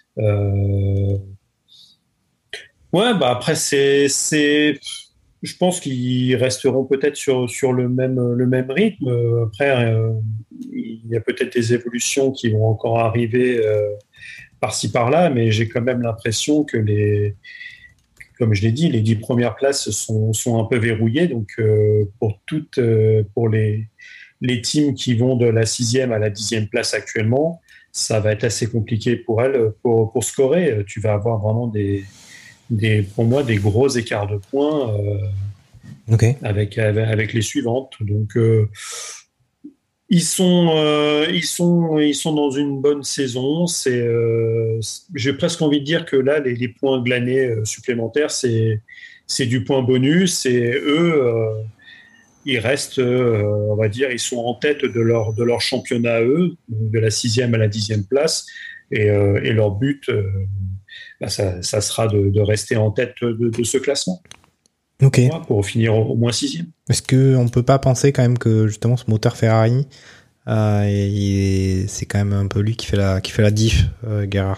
Après je pense qu'ils resteront peut-être sur le même rythme. Après, il y a peut-être des évolutions qui vont encore arriver par-ci par-là, mais j'ai quand même l'impression que comme je l'ai dit, les 10 premières places sont un peu verrouillées. Donc pour les teams qui vont de la 6e à la 10e place actuellement, ça va être assez compliqué pour elles pour scorer. Tu vas avoir vraiment pour moi des gros écarts de points Okay. avec les suivantes. Donc ils sont dans une bonne saison. J'ai presque envie de dire que là les points glanés supplémentaires c'est du point bonus, et eux ils restent, on va dire, ils sont en tête de leur championnat, eux, de la 6e à la 10e place, et leur but, ça sera de rester en tête de ce classement. Ok. Pour finir au moins 6e. Est-ce qu'on peut pas penser quand même que justement ce moteur Ferrari, c'est quand même un peu lui qui fait la diff, Gerhard?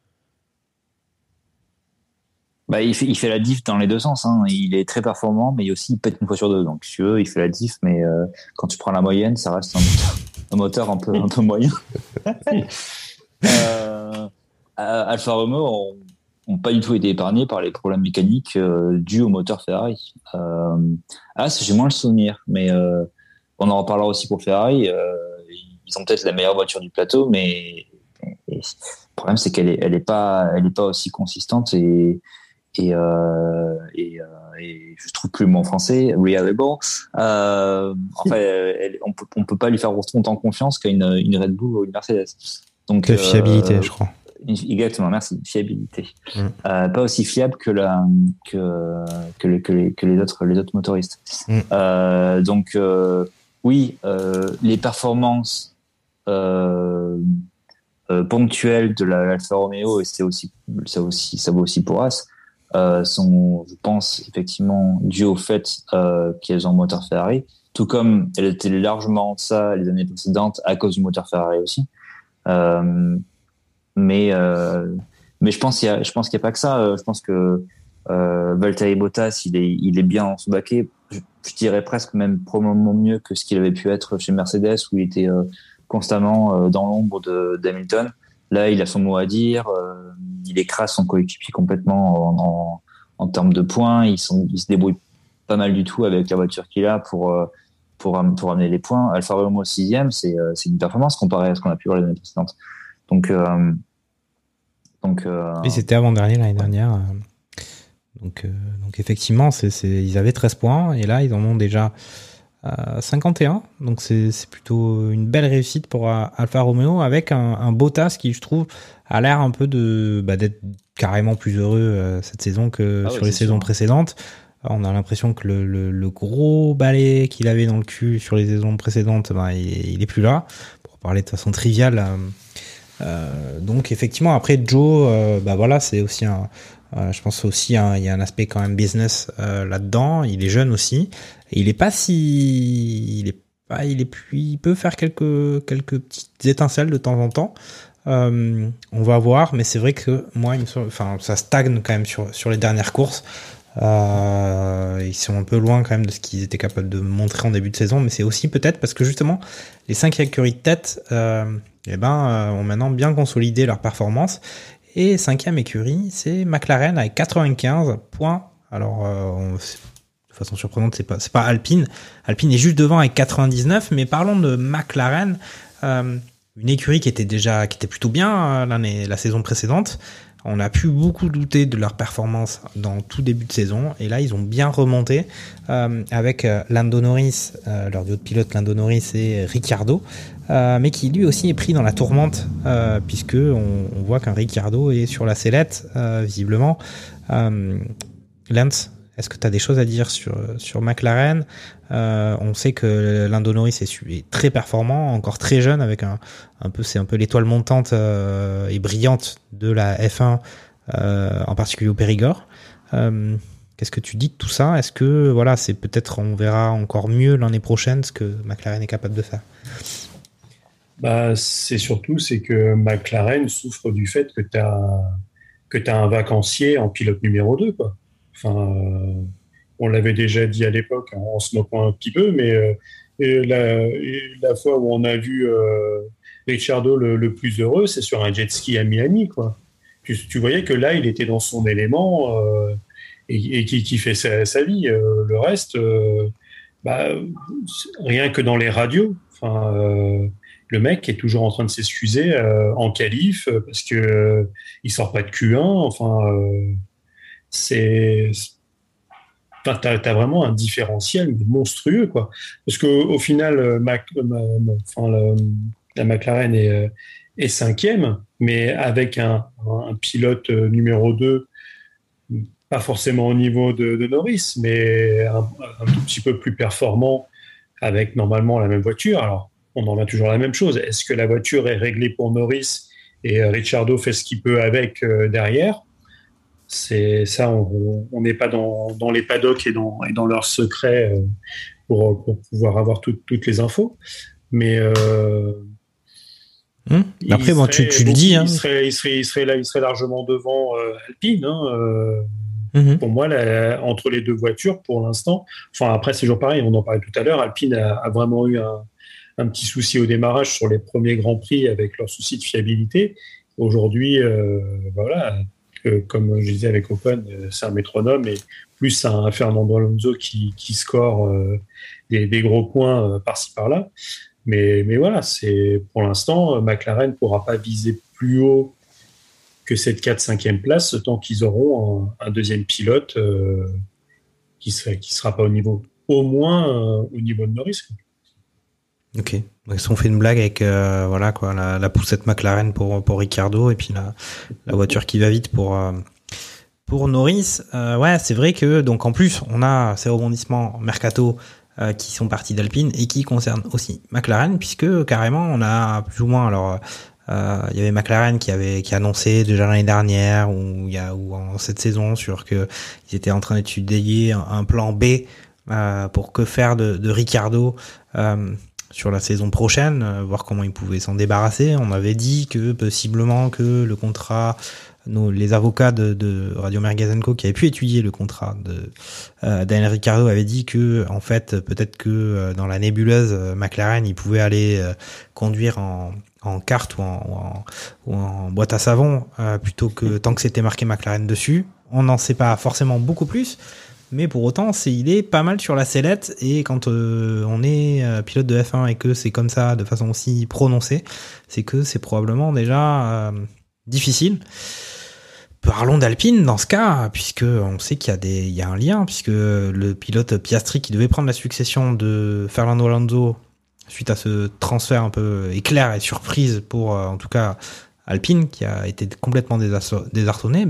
Il fait la diff dans les deux sens, hein. Il est très performant, mais aussi il pète une fois sur deux. Donc, si tu veux, il fait la diff, mais quand tu prends la moyenne, ça reste un moteur un peu moyen. Alfa Romeo ont pas du tout été épargnés par les problèmes mécaniques dus au moteur Ferrari. J'ai moins le souvenir, mais on en reparlera aussi pour Ferrari. Ils ont peut-être la meilleure voiture du plateau, mais le problème c'est qu'elle est pas aussi consistante et je trouve plus le mot en français, reliable. On peut pas lui faire autant confiance qu'à une Red Bull ou une Mercedes. Donc fiabilité, je crois. Exactement, merci. Fiabilité. Pas aussi fiable que les autres motoristes. Donc oui, les performances ponctuelles de l'Alfa Romeo, et ça vaut aussi pour Haas, sont, je pense, effectivement dues au fait qu'elles ont un moteur Ferrari, tout comme elles étaient largement en deçà les années précédentes à cause du moteur Ferrari aussi. Mais je pense qu'il y a pas que ça. Je pense que Valtteri Bottas, il est bien en son baquet. Je dirais presque même probablement mieux que ce qu'il avait pu être chez Mercedes, où il était constamment dans l'ombre d'Hamilton. Là, il a son mot à dire. Il écrase son coéquipier complètement en termes de points. Il se débrouille pas mal du tout avec la voiture qu'il a pour amener les points. Alfa Romeo 6e, c'est une performance comparée à ce qu'on a pu voir les années précédentes. Donc et c'était avant-dernier l'année dernière. Donc effectivement, ils avaient 13 points et là ils en ont déjà 51, donc c'est plutôt une belle réussite pour Alfa Romeo, avec un Bottas qui, je trouve, a l'air un peu d'être carrément plus heureux cette saison que sur les saisons précédentes. On a l'impression que le gros balai qu'il avait dans le cul sur les saisons précédentes, il est plus là, pour parler de façon triviale. Donc effectivement, après Joe, voilà, c'est aussi je pense aussi il y a un aspect quand même business là-dedans. Il est jeune aussi, et il peut faire quelques petites étincelles de temps en temps. On va voir, mais c'est vrai que moi, ça stagne quand même sur les dernières courses. Ils sont un peu loin quand même de ce qu'ils étaient capables de montrer en début de saison, mais c'est aussi peut-être parce que justement les 5 écuries de tête ont maintenant bien consolidé leur performance. Et 5e écurie, c'est McLaren avec 95 points. Alors, de façon surprenante, c'est pas Alpine. Alpine est juste devant avec 99, mais parlons de McLaren, une écurie qui était plutôt bien la saison précédente. On a pu beaucoup douter de leur performance dans tout début de saison, et là ils ont bien remonté avec Lando Norris, leur duo de pilote Lando Norris et Ricciardo, mais qui lui aussi est pris dans la tourmente, puisque on voit qu'un Ricciardo est sur la sellette visiblement. Lance, est-ce que tu as des choses à dire sur McLaren? On sait que Lando Norris est très performant, encore très jeune, avec c'est un peu l'étoile montante et brillante de la F1, en particulier au Périgord. Qu'est-ce que tu dis de tout ça? Est-ce que c'est peut-être, on verra encore mieux l'année prochaine ce que McLaren est capable de faire? C'est que McLaren souffre du fait que tu as un vacancier en pilote numéro 2, quoi. Enfin, on l'avait déjà dit à l'époque, en se moquant un petit peu, mais la fois où on a vu Ricciardo le plus heureux, c'est sur un jet ski à Miami, quoi. Tu voyais que là, il était dans son élément et qui fait sa vie. Le reste, rien que dans les radios, le mec est toujours en train de s'excuser en qualif parce que il sort pas de Q1. T'as vraiment un différentiel monstrueux, quoi. Parce qu'au final, la McLaren est 5e, mais avec un pilote numéro 2, pas forcément au niveau de Norris, mais un tout petit peu plus performant, avec normalement la même voiture. Alors, on en a toujours la même chose. Est-ce que la voiture est réglée pour Norris et Ricciardo fait ce qu'il peut avec derrière? C'est ça, on n'est pas dans les paddocks et dans leurs secrets pour pouvoir avoir toutes les infos. Mais après, tu le dis. Il serait largement devant Alpine. Pour moi, entre les deux voitures, pour l'instant. Après, c'est toujours pareil, on en parlait tout à l'heure. Alpine a vraiment eu un petit souci au démarrage sur les premiers Grands Prix avec leur souci de fiabilité. Aujourd'hui, comme je disais avec Ocon, c'est un métronome, et plus un Fernando Alonso qui score des gros points par-ci par-là. Mais voilà, pour l'instant, McLaren ne pourra pas viser plus haut que cette 4-5e place tant qu'ils auront un deuxième pilote qui sera pas au moins au niveau de Norris. Ok. Donc, on fait une blague avec la poussette McLaren pour Ricciardo, et puis la voiture qui va vite pour Norris. C'est vrai que donc en plus on a ces rebondissements mercato qui sont partis d'Alpine et qui concernent aussi McLaren, puisque carrément on a plus ou moins il y avait McLaren qui annonçait déjà l'année dernière ou en cette saison sur que ils étaient en train d'étudier un plan B pour que faire de Ricciardo sur la saison prochaine, voir comment ils pouvaient s'en débarrasser. On avait dit que possiblement que le contrat, les avocats de Radio Merguez & Co qui avaient pu étudier le contrat de Daniel Ricciardo avaient dit que en fait peut-être que dans la nébuleuse McLaren ils pouvaient aller conduire en kart ou en boîte à savon plutôt que tant que c'était marqué McLaren dessus. On n'en sait pas forcément beaucoup plus. Mais pour autant, il est pas mal sur la sellette, et quand on est pilote de F1 et que c'est comme ça, de façon aussi prononcée, c'est que c'est probablement déjà difficile. Parlons d'Alpine dans ce cas, puisque on sait il y a un lien, puisque le pilote Piastri qui devait prendre la succession de Fernando Alonso suite à ce transfert un peu éclair et surprise pour, en tout cas, Alpine, qui a été complètement désarçonné,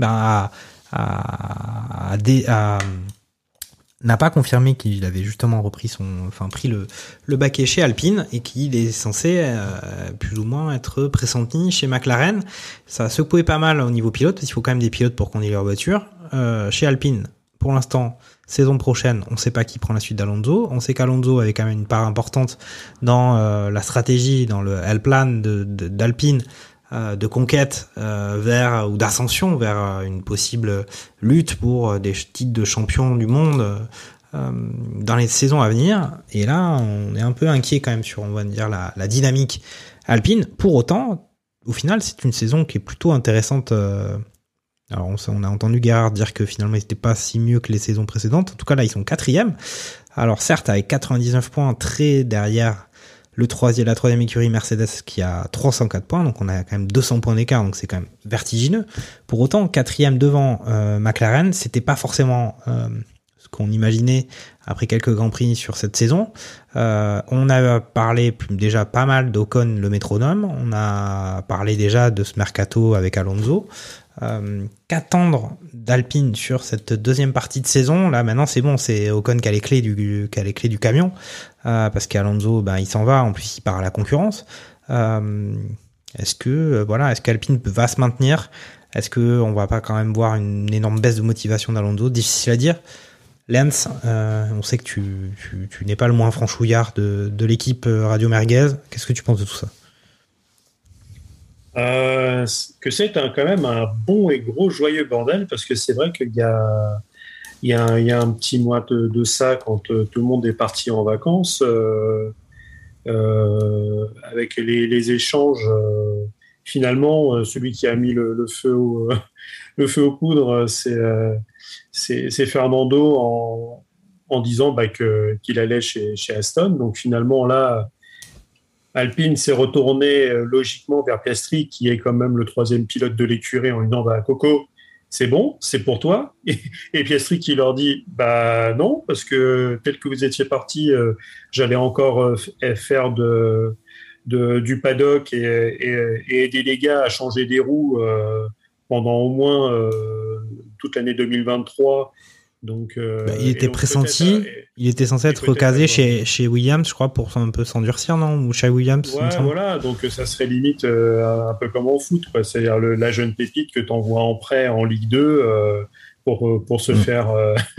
n'a pas confirmé qu'il avait justement pris le baquet chez Alpine et qu'il est censé plus ou moins être pressenti chez McLaren. Ça a secoué pas mal au niveau pilote, parce qu'il faut quand même des pilotes pour conduire leur voiture. Chez Alpine, pour l'instant, saison prochaine, on ne sait pas qui prend la suite d'Alonso. On sait qu'Alonso avait quand même une part importante dans la stratégie, dans le plan d'Alpine, de conquête ou d'ascension vers une possible lutte pour des titres de champion du monde dans les saisons à venir. Et là, on est un peu inquiet quand même sur, on va dire, la dynamique Alpine. Pour autant, au final, c'est une saison qui est plutôt intéressante. Alors, on a entendu Gerhard dire que finalement, ils n'étaient pas si mieux que les saisons précédentes. En tout cas, là, ils sont 4e. Alors, certes, avec 99 points, très derrière la troisième écurie Mercedes qui a 304 points, donc on a quand même 200 points d'écart, donc c'est quand même vertigineux. Pour autant, 4e devant McLaren, c'était pas forcément ce qu'on imaginait après quelques grands prix sur cette saison. On a parlé déjà pas mal d'Ocon, le métronome. On a parlé déjà de ce mercato avec Alonso. Qu'attendre d'Alpine sur cette deuxième partie de saison? Là maintenant c'est bon, c'est Ocon qui a les clés du camion, parce qu'Alonso il s'en va, en plus il part à la concurrence. Est-ce qu'Alpine va se maintenir? Est-ce que on va pas quand même voir une énorme baisse de motivation d'Alonso? Difficile à dire. Lens, on sait que tu n'es pas le moins franchouillard de l'équipe Radio Merguez. Qu'est-ce que tu penses de tout ça? Que c'est quand même un bon et gros joyeux bordel, parce que c'est vrai qu'il y a un petit mois de ça, quand tout le monde est parti en vacances, avec les échanges, finalement celui qui a mis le feu aux poudres, c'est Fernando en disant qu'il allait chez Aston. Donc finalement là, Alpine s'est retourné logiquement vers Piastri, qui est quand même le 3e pilote de l'écurie, en lui disant Coco, c'est bon, c'est pour toi. Et Piastri qui leur dit non, parce que tel que vous étiez parti, j'allais encore faire du paddock et aider les gars à changer des roues pendant au moins toute l'année 2023. Donc, il était pressenti, il était censé être recasé chez Williams, je crois, pour un peu s'endurcir, non? Ou chez Williams. Ouais, voilà, donc ça serait limite un peu comme en foot, quoi. C'est-à-dire la jeune pépite que tu envoies en prêt en Ligue 2 pour se faire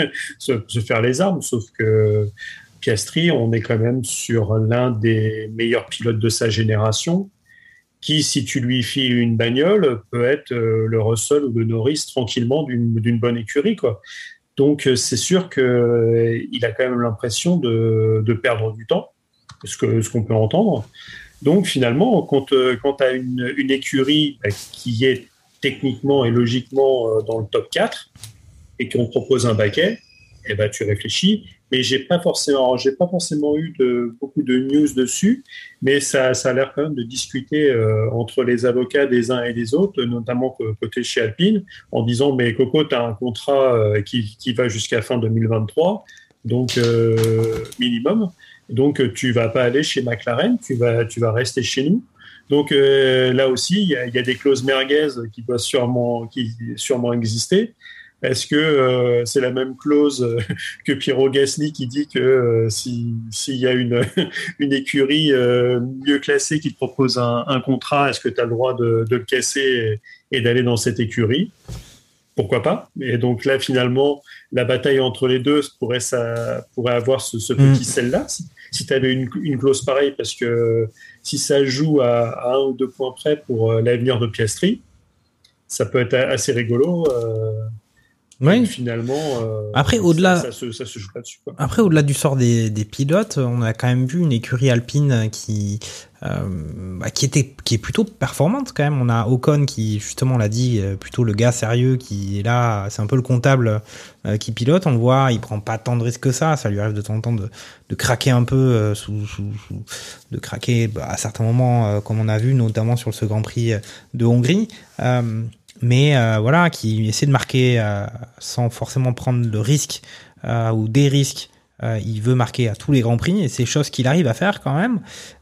les armes. Sauf que Piastri, on est quand même sur l'un des meilleurs pilotes de sa génération, qui, si tu lui files une bagnole, peut être le Russell ou le Norris tranquillement d'une bonne écurie, quoi. Donc, c'est sûr qu'il a quand même l'impression de perdre du temps, ce qu'on peut entendre. Donc, finalement, quand tu as une écurie qui est techniquement et logiquement dans le top 4 et qu'on propose un baquet, tu réfléchis. Mais j'ai pas forcément eu beaucoup de news dessus, mais ça a l'air quand même de discuter entre les avocats des uns et des autres, notamment côté chez Alpine, en disant mais Coco, tu as un contrat qui va jusqu'à fin 2023, donc minimum, donc tu vas pas aller chez McLaren, tu vas rester chez nous. Donc là aussi, il y a des clauses merguez qui doivent sûrement exister. Est-ce que c'est la même clause que Piero Gasly qui dit que s'il y a une écurie mieux classée qui te propose un contrat, est-ce que tu as le droit de le casser et d'aller dans cette écurie? Pourquoi pas? Et donc là, finalement, la bataille entre les deux pourrait avoir ce petit sel-là, si tu avais une clause pareille, parce que si ça joue à 1 ou 2 points près pour l'avenir de Piastri, ça peut être assez rigolo. Oui. Finalement, après, au-delà, ça se joue là-dessus, quoi. Après, au-delà du sort des pilotes, on a quand même vu une écurie alpine qui est plutôt performante quand même. On a Ocon qui, justement, on l'a dit, plutôt le gars sérieux qui est là, c'est un peu le comptable qui pilote. On le voit, il prend pas tant de risques que ça. Ça lui arrive de temps en temps de craquer un peu, de craquer à certains moments, comme on a vu, notamment sur ce Grand Prix de Hongrie. mais voilà, qui essaie de marquer sans forcément prendre le risque ou des risques. Il veut marquer à tous les grands prix et c'est chose qu'il arrive à faire quand même.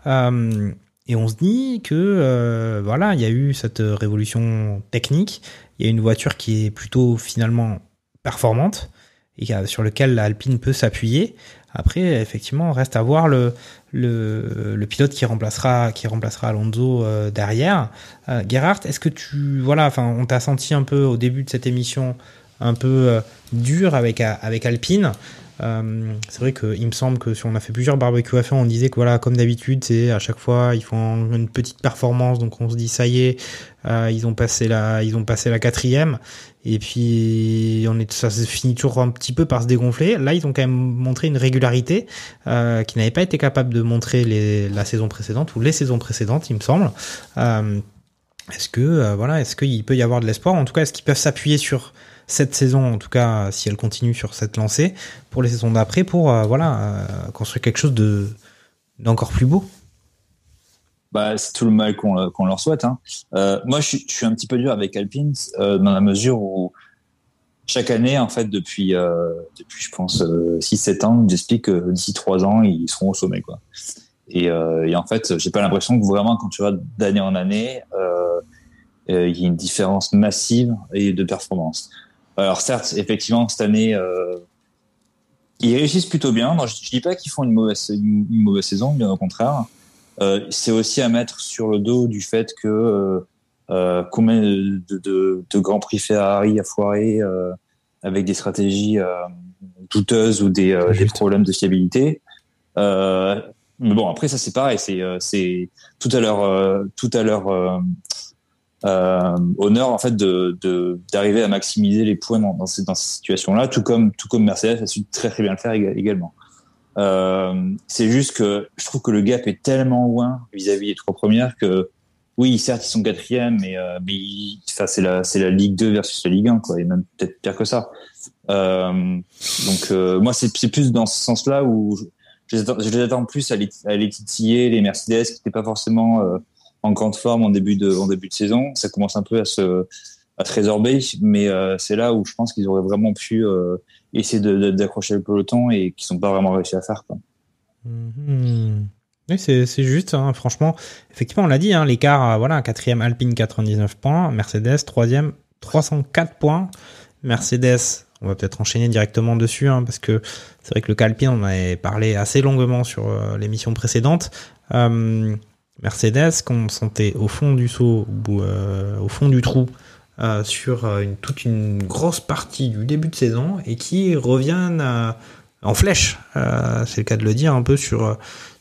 Et on se dit que voilà, il y a eu cette révolution technique. Il y a une voiture qui est plutôt finalement performante et sur lequel l'Alpine peut s'appuyer. Après, effectivement, reste à voir le pilote qui remplacera Alonso derrière. Gerhard, est-ce que on t'a senti un peu au début de cette émission un peu dur avec Alpine. C'est vrai qu'il me semble que si on a fait plusieurs barbecues à faire, on disait que voilà, comme d'habitude, c'est à chaque fois ils font une petite performance, donc on se dit ça y est, ils ont passé la 4e, et puis ça se finit toujours un petit peu par se dégonfler. Là, ils ont quand même montré une régularité qu'ils n'avaient pas été capables de montrer la saison précédente ou les saisons précédentes, il me semble. Est-ce qu'il peut y avoir de l'espoir? En tout cas, est-ce qu'ils peuvent s'appuyer sur cette saison, en tout cas, si elle continue sur cette lancée, pour les saisons d'après, pour construire quelque chose d'encore plus beau? C'est tout le mal qu'on leur souhaite. Hein. Moi, je suis un petit peu dur avec Alpine dans la mesure où chaque année, en fait, depuis je pense 6-7 ans, j'explique que d'ici 3 ans, ils seront au sommet, quoi. Et en fait, j'ai pas l'impression que vraiment, quand tu vas d'année en année, il y a une différence massive de performance. Alors certes, effectivement, cette année, ils réussissent plutôt bien. Non, je dis pas qu'ils font une mauvaise saison, bien au contraire. C'est aussi à mettre sur le dos du fait que combien de grands prix Ferrari a foiré avec des stratégies douteuses ou des problèmes de fiabilité. Mais bon, après ça c'est pareil, c'est tout à leur honneur en fait d'arriver à maximiser les points dans ces situations-là, tout comme Mercedes a su très très bien le faire également. C'est juste que je trouve que le gap est tellement loin vis-à-vis des 3 premières que oui, certes ils sont 4e, mais c'est la Ligue 2 versus la Ligue 1, quoi, et même peut-être pire que ça. Donc moi c'est plus dans ce sens-là où je les attends plus à les titiller, les Mercedes qui n'étaient pas forcément en grande forme en début de saison. Ça commence un peu à se résorber, mais c'est là où je pense qu'ils auraient vraiment pu essayer d'accrocher le peloton et qu'ils n'ont pas vraiment réussi à faire, quoi. Oui, c'est juste, hein, franchement. Effectivement, on l'a dit, hein, l'écart, 4e Alpine 99 points, Mercedes 3e 304 points. Mercedes, on va peut-être enchaîner directement dessus, hein, parce que c'est vrai que le cas Alpine, on en avait parlé assez longuement sur l'émission précédente. Mercedes, qu'on sentait au fond du seau, au fond du trou, sur toute une grosse partie du début de saison, et qui reviennent en flèche, c'est le cas de le dire, un peu sur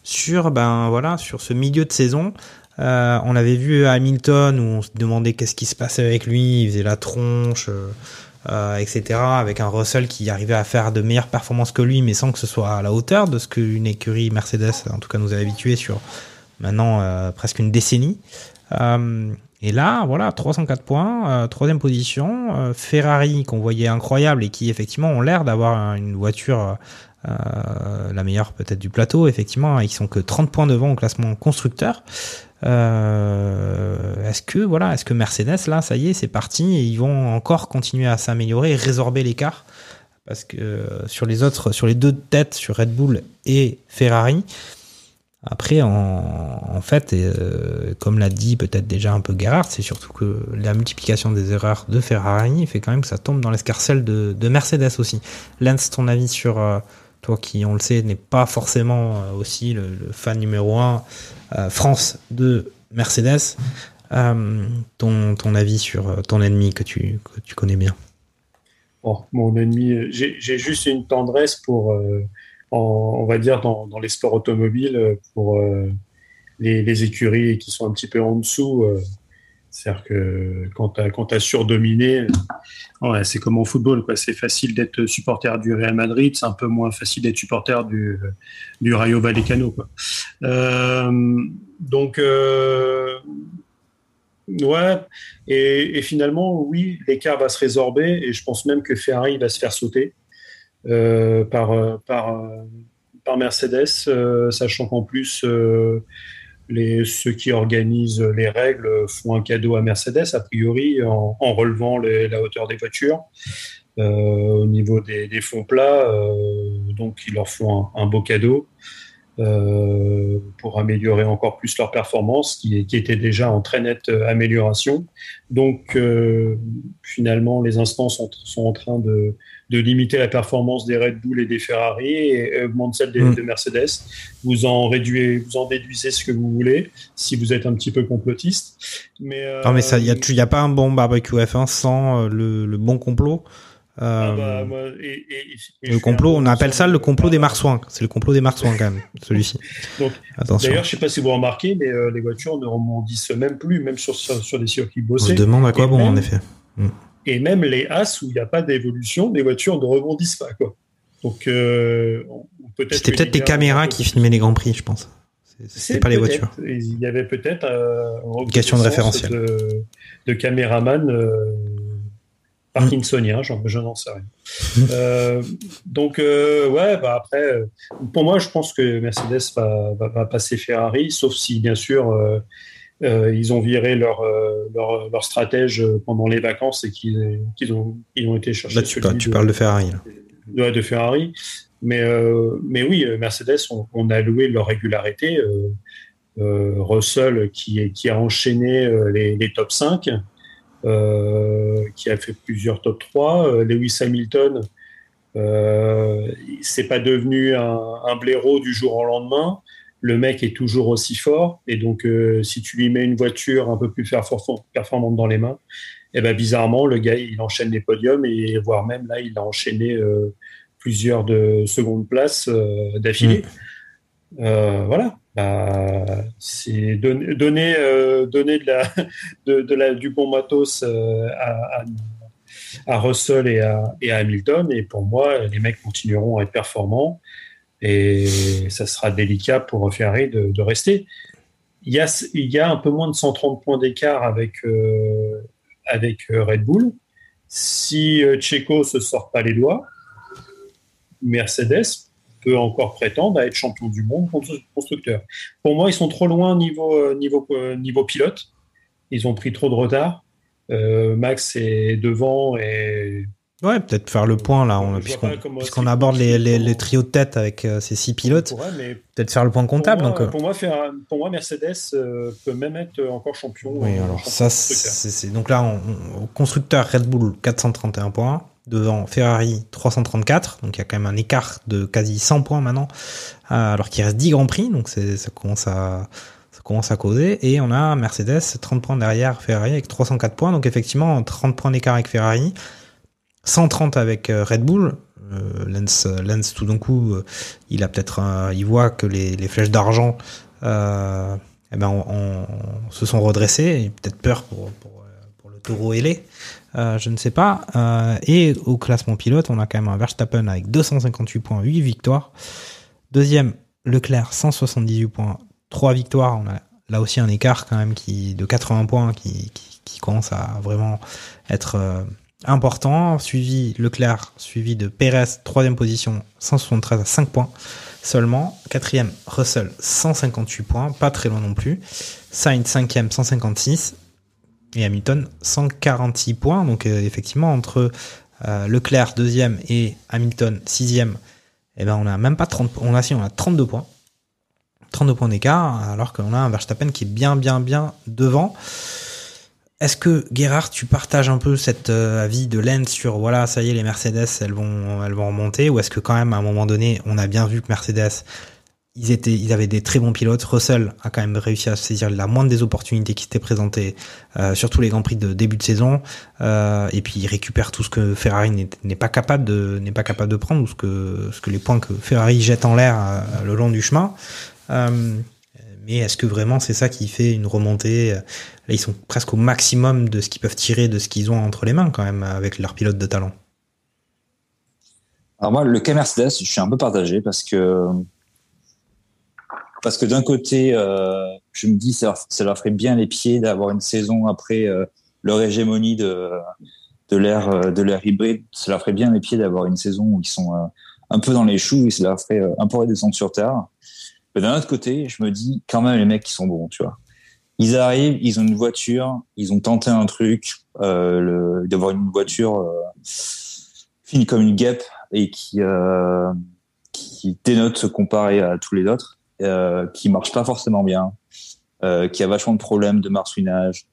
ce milieu de saison. On avait vu Hamilton où on se demandait qu'est-ce qui se passait avec lui, il faisait la tronche, etc., avec un Russell qui arrivait à faire de meilleures performances que lui, mais sans que ce soit à la hauteur de ce qu'une écurie Mercedes, en tout cas, nous a habitués sur maintenant presque une décennie. Et là, 304 points, 3e position. Ferrari, qu'on voyait incroyable et qui, effectivement, ont l'air d'avoir une voiture la meilleure peut-être du plateau, effectivement, et qui sont que 30 points devant au classement constructeur. Est-ce que Mercedes, là, ça y est, c'est parti, et ils vont encore continuer à s'améliorer et résorber l'écart? Parce que sur les 2 têtes, sur Red Bull et Ferrari, après, en fait, comme l'a dit peut-être déjà un peu Gerhard, c'est surtout que la multiplication des erreurs de Ferrari fait quand même que ça tombe dans l'escarcelle de Mercedes aussi. Lance, ton avis sur toi qui, on le sait, n'est pas forcément aussi le fan numéro 1 France de Mercedes, ton avis sur ton ennemi que tu connais bien. Oh, mon ennemi, j'ai juste une tendresse pour... on va dire dans les sports automobiles, pour les écuries qui sont un petit peu en dessous. C'est-à-dire que quand t'as surdominé, c'est comme au football, quoi. C'est facile d'être supporter du Real Madrid, c'est un peu moins facile d'être supporter du Rayo Vallecano, quoi. Et finalement, oui, l'écart va se résorber, et je pense même que Ferrari va se faire sauter par Mercedes, sachant qu'en plus ceux qui organisent les règles font un cadeau à Mercedes, a priori, en relevant la hauteur des voitures. Au niveau des fonds plats, donc ils leur font un beau cadeau pour améliorer encore plus leur performance, qui était déjà en très nette amélioration. Donc finalement, les instances sont en train de limiter la performance des Red Bull et des Ferrari et augmentent celle de Mercedes. Vous en déduisez ce que vous voulez, si vous êtes un petit peu complotiste. Non, mais il y a pas un bon barbecue F1 sans le bon complot. Le complot, on appelle ça le complot des marsouins. C'est le complot des marsouins quand même, celui-ci. Donc, attention. D'ailleurs, je sais pas si vous remarquez, mais les voitures ne rebondissent même plus, même sur des circuits bossés. On se demande à quoi bon, en effet. Et même les As où il n'y a pas d'évolution, les voitures ne rebondissent pas, quoi. Donc, c'était peut-être les caméras qui filmaient les grands prix, je pense. C'était pas les voitures. Il y avait peut-être une question de référentiel de caméraman. Parkinsonien, je n'en sais rien. Donc, après, pour moi, je pense que Mercedes va passer Ferrari, sauf si, bien sûr, ils ont viré leur stratège pendant les vacances et qu'ils ont été chercher. Là, tu parles de Ferrari. Là. De Ferrari. Mais oui, Mercedes, on a loué leur régularité. Russell, qui a enchaîné les top 5, qui a fait plusieurs top 3. Lewis Hamilton, c'est pas devenu un blaireau du jour au lendemain. Le mec est toujours aussi fort. Et donc, si tu lui mets une voiture un peu plus performante dans les mains, bizarrement, le gars, il enchaîne les podiums et voire même là, il a enchaîné plusieurs de seconde place d'affilée. Voilà. C'est donner du bon matos à Russell et à Hamilton, et pour moi les mecs continueront à être performants et ça sera délicat pour Ferrari de rester. Il y a un peu moins de 130 points d'écart avec Red Bull. Si Checo se sort pas les doigts, Mercedes peut encore prétendre à être champion du monde constructeur. Pour moi, ils sont trop loin niveau pilote. Ils ont pris trop de retard. Max est devant et... Ouais, peut-être faire le point là, puisqu'on aborde les trios de tête avec ces 6 pilotes. Peut-être faire le point comptable. Pour moi, Mercedes peut même être encore champion. Oui, alors ça, c'est donc là, au constructeur Red Bull 431 points. Devant Ferrari 334, donc il y a quand même un écart de quasi 100 points maintenant, alors qu'il reste 10 Grands Prix, donc ça commence à causer, et on a Mercedes 30 points derrière Ferrari avec 304 points, donc effectivement 30 points d'écart avec Ferrari, 130 avec Red Bull. Lance tout d'un coup, il voit que les flèches d'argent se sont redressées, et peut-être peur pour le taureau ailé. Je ne sais pas. Et au classement pilote, on a quand même un Verstappen avec 258 points, 8 victoires. Deuxième, Leclerc, 178 points, 3 victoires. On a là aussi un écart quand même de 80 points qui commence à vraiment être important. Leclerc, suivi de Perez, 3e position, 173 à 5 points seulement. 4e, Russell, 158 points, pas très loin non plus. Sainz, 5e, 156. Et Hamilton 146 points, donc effectivement entre Leclerc 2e et Hamilton 6e, on a même pas 30 points, on a 32 points. 32 points d'écart, alors qu'on a un Verstappen qui est bien devant. Est-ce que Gerhard, tu partages un peu cet avis de Lens sur voilà, ça y est, les Mercedes elles vont remonter, ou est-ce que quand même à un moment donné, on a bien vu que Mercedes ils avaient des très bons pilotes. Russell a quand même réussi à saisir la moindre des opportunités qui s'étaient présentées, surtout les grands prix de début de saison. Et puis il récupère tout ce que Ferrari n'est pas capable de prendre, ou ce que les points que Ferrari jette en l'air le long du chemin. Mais est-ce que vraiment c'est ça qui fait une remontée? Là, ils sont presque au maximum de ce qu'ils peuvent tirer de ce qu'ils ont entre les mains quand même avec leurs pilotes de talent. Alors moi, le cas Mercedes, je suis un peu partagé parce que d'un côté, je me dis ça leur ferait bien les pieds d'avoir une saison après leur hégémonie de l'ère hybride. Ça leur ferait bien les pieds d'avoir une saison où ils sont un peu dans les choux, et ça leur ferait un peu redescendre sur terre. Mais d'un autre côté, je me dis, quand même, les mecs, ils sont bons, tu vois. Ils arrivent, ils ont une voiture, ils ont tenté un truc, d'avoir une voiture fine comme une guêpe et qui dénote comparé à tous les autres, qui marche pas forcément bien, qui a vachement de problèmes de marsouinage,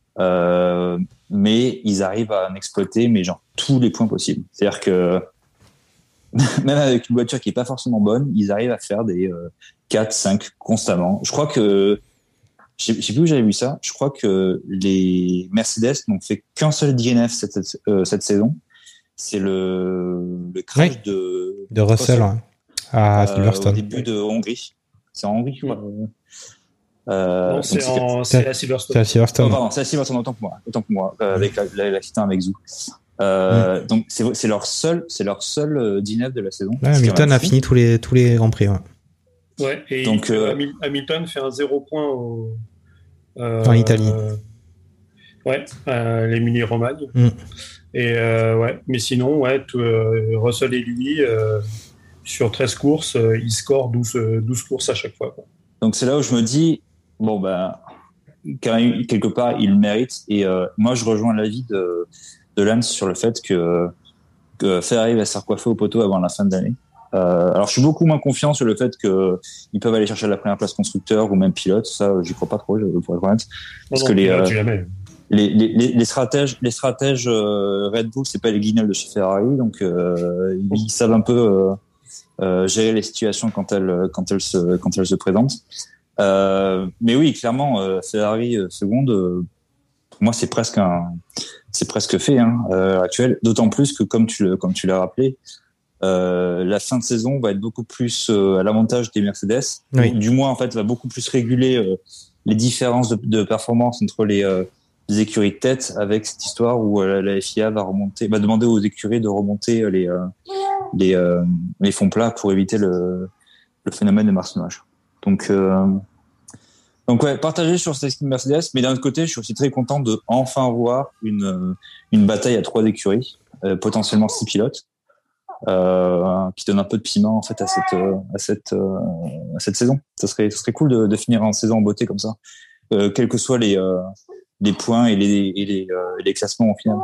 mais ils arrivent à en exploiter, mais genre tous les points possibles. C'est-à-dire que même avec une voiture qui est pas forcément bonne, ils arrivent à faire des 4, 5 constamment. Je crois que je sais plus où j'avais vu ça. Je crois que les Mercedes n'ont fait qu'un seul DNF cette saison. C'est le crash de Russell ouais. À Silverstone. Au début de Hongrie. C'est en Hongrie, je crois. Non, c'est à Silverstone. C'est à Silverstone. Oh, pardon, c'est à Silverstone, autant que moi, avec l'accident avec Zhou. Donc c'est leur seul DNF de la saison. Ouais, Hamilton a fini tous les grands prix. Ouais. Ouais, et donc, Hamilton fait un 0 point en Italie. Ouais, l'Émilie-Romagne. Et ouais, mais sinon, ouais, Russell et lui, sur 13 courses, ils scorent 12 courses à chaque fois, quoi. Donc c'est là où je me dis, bon, bah, quelque part, il le mérite. Et moi, je rejoins l'avis de Lance sur le fait que Ferrari va se faire coiffer au poteau avant la fin de l'année. Alors je suis beaucoup moins confiant sur le fait que ils peuvent aller chercher la première place constructeur ou même pilote, ça j'y crois pas trop, pour être honnête, parce que les stratèges Red Bull, c'est pas les guignols de chez Ferrari, donc ils savent un peu gérer les situations quand elles se présentent. Mais oui, clairement, Ferrari seconde, pour moi c'est presque fait actuel, d'autant plus que comme tu l'as rappelé, la fin de saison va être beaucoup plus à l'avantage des Mercedes. Oui. Du moins, en fait, va beaucoup plus réguler les différences de performance entre les écuries de tête, avec cette histoire où la FIA va demander aux écuries de remonter les fonds plats pour éviter le phénomène de marsouinage. Donc ouais, partagé sur cette Mercedes, mais d'un autre côté, je suis aussi très content de enfin voir une bataille à 3 écuries, potentiellement 6 pilotes. Qui donne un peu de piment en fait à cette saison. Ça serait cool de finir en saison en beauté comme ça, quels que soient les points et les classements en finale.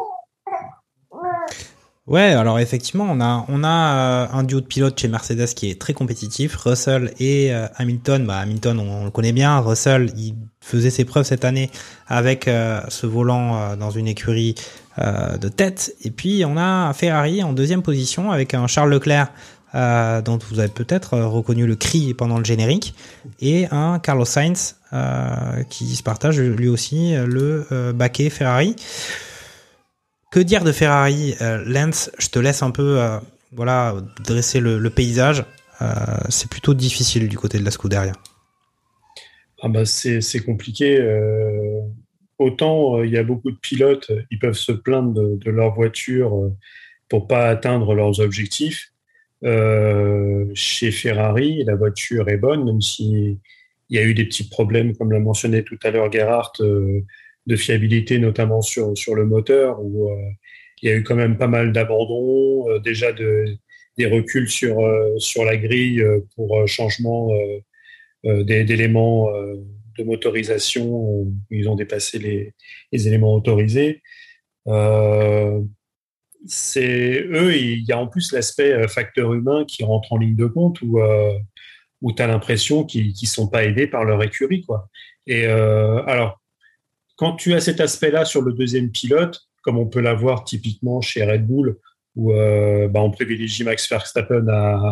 Ouais, alors effectivement, on a un duo de pilotes chez Mercedes qui est très compétitif, Russell et Hamilton. Bah Hamilton, on le connaît bien. Russell, il faisait ses preuves cette année avec ce volant dans une écurie de tête. Et puis on a Ferrari en deuxième position avec un Charles Leclerc dont vous avez peut-être reconnu le cri pendant le générique, et un Carlos Sainz qui se partage lui aussi le baquet Ferrari. Que dire de Ferrari, Lance? Je te laisse un peu dresser le paysage. C'est plutôt difficile du côté de la Scuderia. Ah bah c'est compliqué. Autant il y a beaucoup de pilotes, ils peuvent se plaindre de leur voiture pour pas atteindre leurs objectifs. Chez Ferrari, la voiture est bonne, même si il y a eu des petits problèmes, comme l'a mentionné tout à l'heure Gerhardt, de fiabilité, notamment sur le moteur, où il y a eu quand même pas mal d'abandons, déjà des reculs sur la grille pour changement d'éléments de motorisation où ils ont dépassé les éléments autorisés. Il y a en plus l'aspect facteur humain qui rentre en ligne de compte, où tu as l'impression qu'ils ne sont pas aidés par leur écurie, quoi. Et alors, quand tu as cet aspect-là sur le deuxième pilote, comme on peut l'avoir typiquement chez Red Bull, où on privilégie Max Verstappen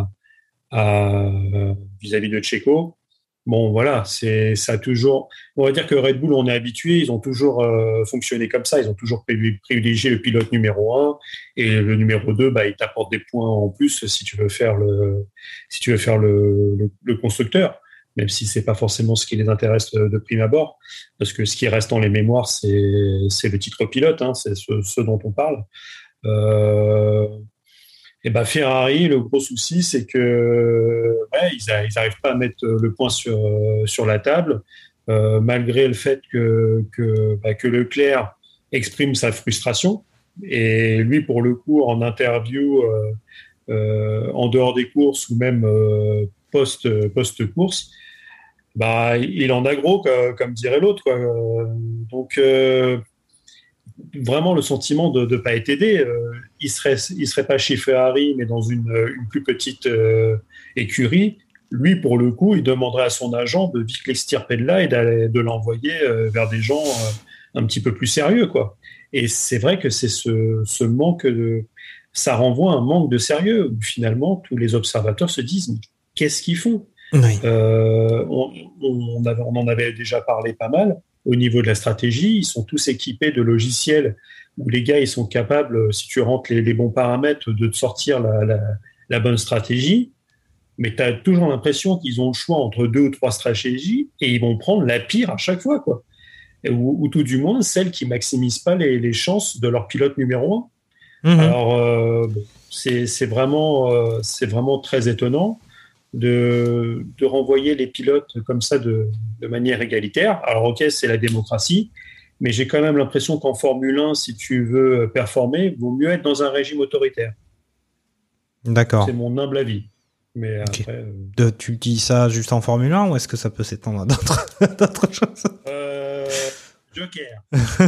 vis-à-vis de Checo, bon voilà, ça a toujours. On va dire que Red Bull, on est habitué, ils ont toujours fonctionné comme ça, ils ont toujours privilégié le pilote numéro 1 et le numéro 2, il t'apporte des points en plus si tu veux faire le constructeur. Même si c'est pas forcément ce qui les intéresse de prime abord, parce que ce qui reste dans les mémoires, c'est le titre pilote, c'est ce dont on parle. Et Ferrari, le gros souci, c'est que ils arrivent pas à mettre le point sur la table, malgré le fait que Leclerc exprime sa frustration. Et lui, pour le coup, en interview, en dehors des courses ou même post-course, bah, il en a gros, comme dirait l'autre, quoi. Donc, vraiment le sentiment de ne pas être aidé. Il serait pas chez Ferrari, mais dans une plus petite écurie. Lui, pour le coup, il demanderait à son agent de vite l'extirper de là et de l'envoyer vers des gens un petit peu plus sérieux, quoi. Et c'est vrai que c'est ce manque ça renvoie à un manque de sérieux où finalement tous les observateurs se disent mais qu'est-ce qu'ils font? Oui. On en avait déjà parlé pas mal. Au niveau de la stratégie, ils sont tous équipés de logiciels où les gars ils sont capables, si tu rentres les bons paramètres, de te sortir la bonne stratégie. Mais tu as toujours l'impression qu'ils ont le choix entre 2 ou 3 stratégies et ils vont prendre la pire à chaque fois, quoi. Ou tout du moins celle qui maximise pas les chances de leur pilote numéro 1. Alors, c'est vraiment très étonnant de renvoyer les pilotes comme ça de manière égalitaire. Alors, ok, c'est la démocratie, mais j'ai quand même l'impression qu'en Formule 1, si tu veux performer, il vaut mieux être dans un régime autoritaire. D'accord. C'est mon humble avis. Mais après, tu dis ça juste en Formule 1 ou est-ce que ça peut s'étendre à d'autres choses? Joker.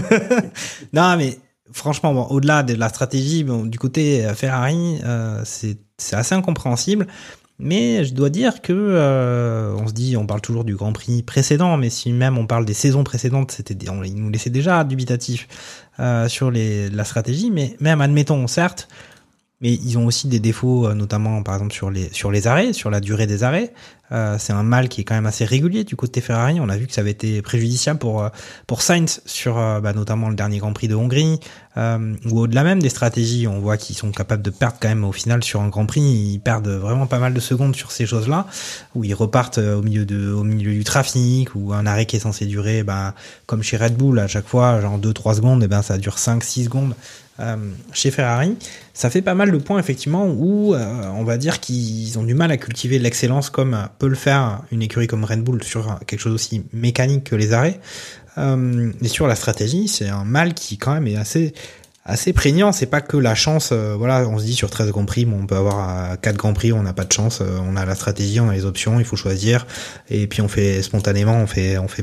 Non, mais franchement, bon, au-delà de la stratégie, bon, du côté Ferrari, c'est assez incompréhensible. Mais je dois dire que on parle toujours du Grand Prix précédent, mais si même on parle des saisons précédentes, ils nous laissaient déjà dubitatifs sur la stratégie. Mais même admettons, certes. Mais ils ont aussi des défauts, notamment par exemple sur les arrêts, sur la durée des arrêts. C'est un mal qui est quand même assez régulier du côté Ferrari. On a vu que ça avait été préjudiciable pour Sainz sur notamment le dernier Grand Prix de Hongrie, ou au-delà même des stratégies. On voit qu'ils sont capables de perdre quand même au final sur un Grand Prix. Ils perdent vraiment pas mal de secondes sur ces choses-là, où ils repartent au milieu du trafic, ou un arrêt qui est censé durer, comme chez Red Bull à chaque fois, genre 2-3 secondes, et ça dure 5-6 secondes. Chez Ferrari, ça fait pas mal de points effectivement où on va dire qu'ils ont du mal à cultiver l'excellence comme peut le faire une écurie comme Red Bull sur quelque chose aussi mécanique que les arrêts. Et sur la stratégie, c'est un mal qui quand même est assez prégnant. C'est pas que la chance. On se dit sur 13 Grands Prix, on peut avoir 4 Grands Prix, on n'a pas de chance. On a la stratégie, on a les options, il faut choisir. Et puis on fait spontanément, on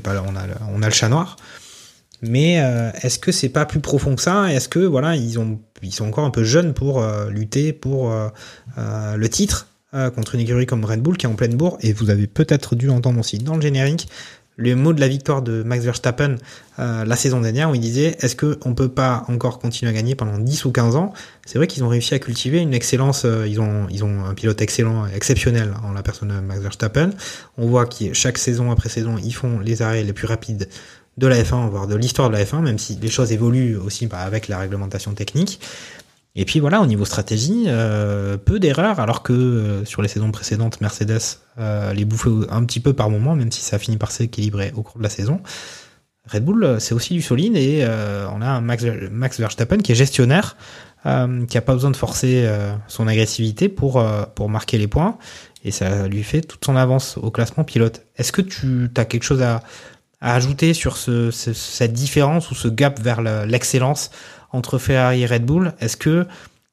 a le chat noir. Mais est-ce que c'est pas plus profond que ça? Est-ce que ils sont encore un peu jeunes pour lutter pour le titre contre une écurie comme Red Bull qui est en pleine bourre? Et vous avez peut-être dû entendre aussi dans le générique le mot de la victoire de Max Verstappen la saison dernière où il disait est-ce que on peut pas encore continuer à gagner pendant 10 ou 15 ans? C'est vrai qu'ils ont réussi à cultiver une excellence, ils ont un pilote exceptionnel en la personne de Max Verstappen. On voit que chaque saison après saison, ils font les arrêts les plus rapides de la F1, voire de l'histoire de la F1, même si les choses évoluent aussi avec la réglementation technique. Et puis voilà, au niveau stratégie, peu d'erreurs, alors que sur les saisons précédentes, Mercedes les bouffait un petit peu par moment, même si ça finit par s'équilibrer au cours de la saison. Red Bull, c'est aussi du solide, et on a un Max Verstappen qui est gestionnaire, qui a pas besoin de forcer son agressivité pour marquer les points, et ça lui fait toute son avance au classement pilote. Est-ce que tu as quelque chose à ajouter sur cette différence ou ce gap vers l'excellence entre Ferrari et Red Bull? Est-ce que,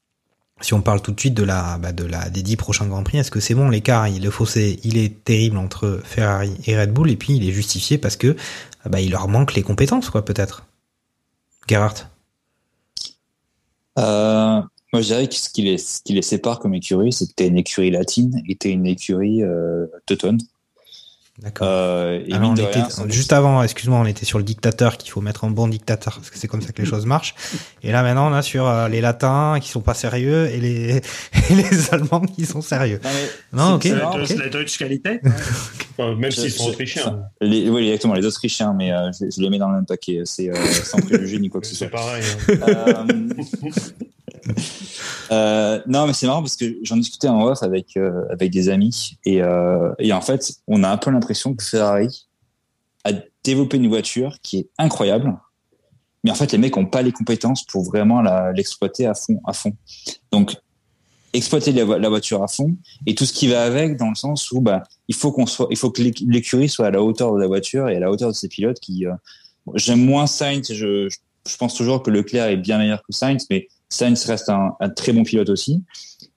si on parle tout de suite des 10 prochains Grands Prix, est-ce que c'est bon, l'écart, le fossé, il est terrible entre Ferrari et Red Bull, et puis il est justifié parce que il leur manque les compétences, quoi, peut-être? Gerhardt? Moi, je dirais que ce qui les sépare comme écurie, c'est que t'es une écurie latine et t'es une écurie teutonne. D'accord. Alors juste avant, excuse-moi, on était sur le dictateur, qu'il faut mettre un bon dictateur, parce que c'est comme ça que les choses marchent. Et là, maintenant, on a sur les latins qui sont pas sérieux et les Allemands qui sont sérieux. La Deutsche Qualité. Même s'ils sont autrichiens. Oui, exactement, les Autrichiens, mais je les mets dans le même paquet. C'est sans préjugé ni quoi que ce soit. C'est pareil. Non, mais c'est marrant parce que j'en discutais en off avec des amis et en fait, on a un peu l'impression que Ferrari a développé une voiture qui est incroyable, mais en fait, les mecs ont pas les compétences pour vraiment l'exploiter à fond. Donc, exploiter la voiture à fond et tout ce qui va avec, dans le sens où il faut que l'écurie soit à la hauteur de la voiture et à la hauteur de ses pilotes qui. J'aime moins Sainz. Je pense toujours que Leclerc est bien meilleur que Sainz, mais Sainz reste un très bon pilote aussi.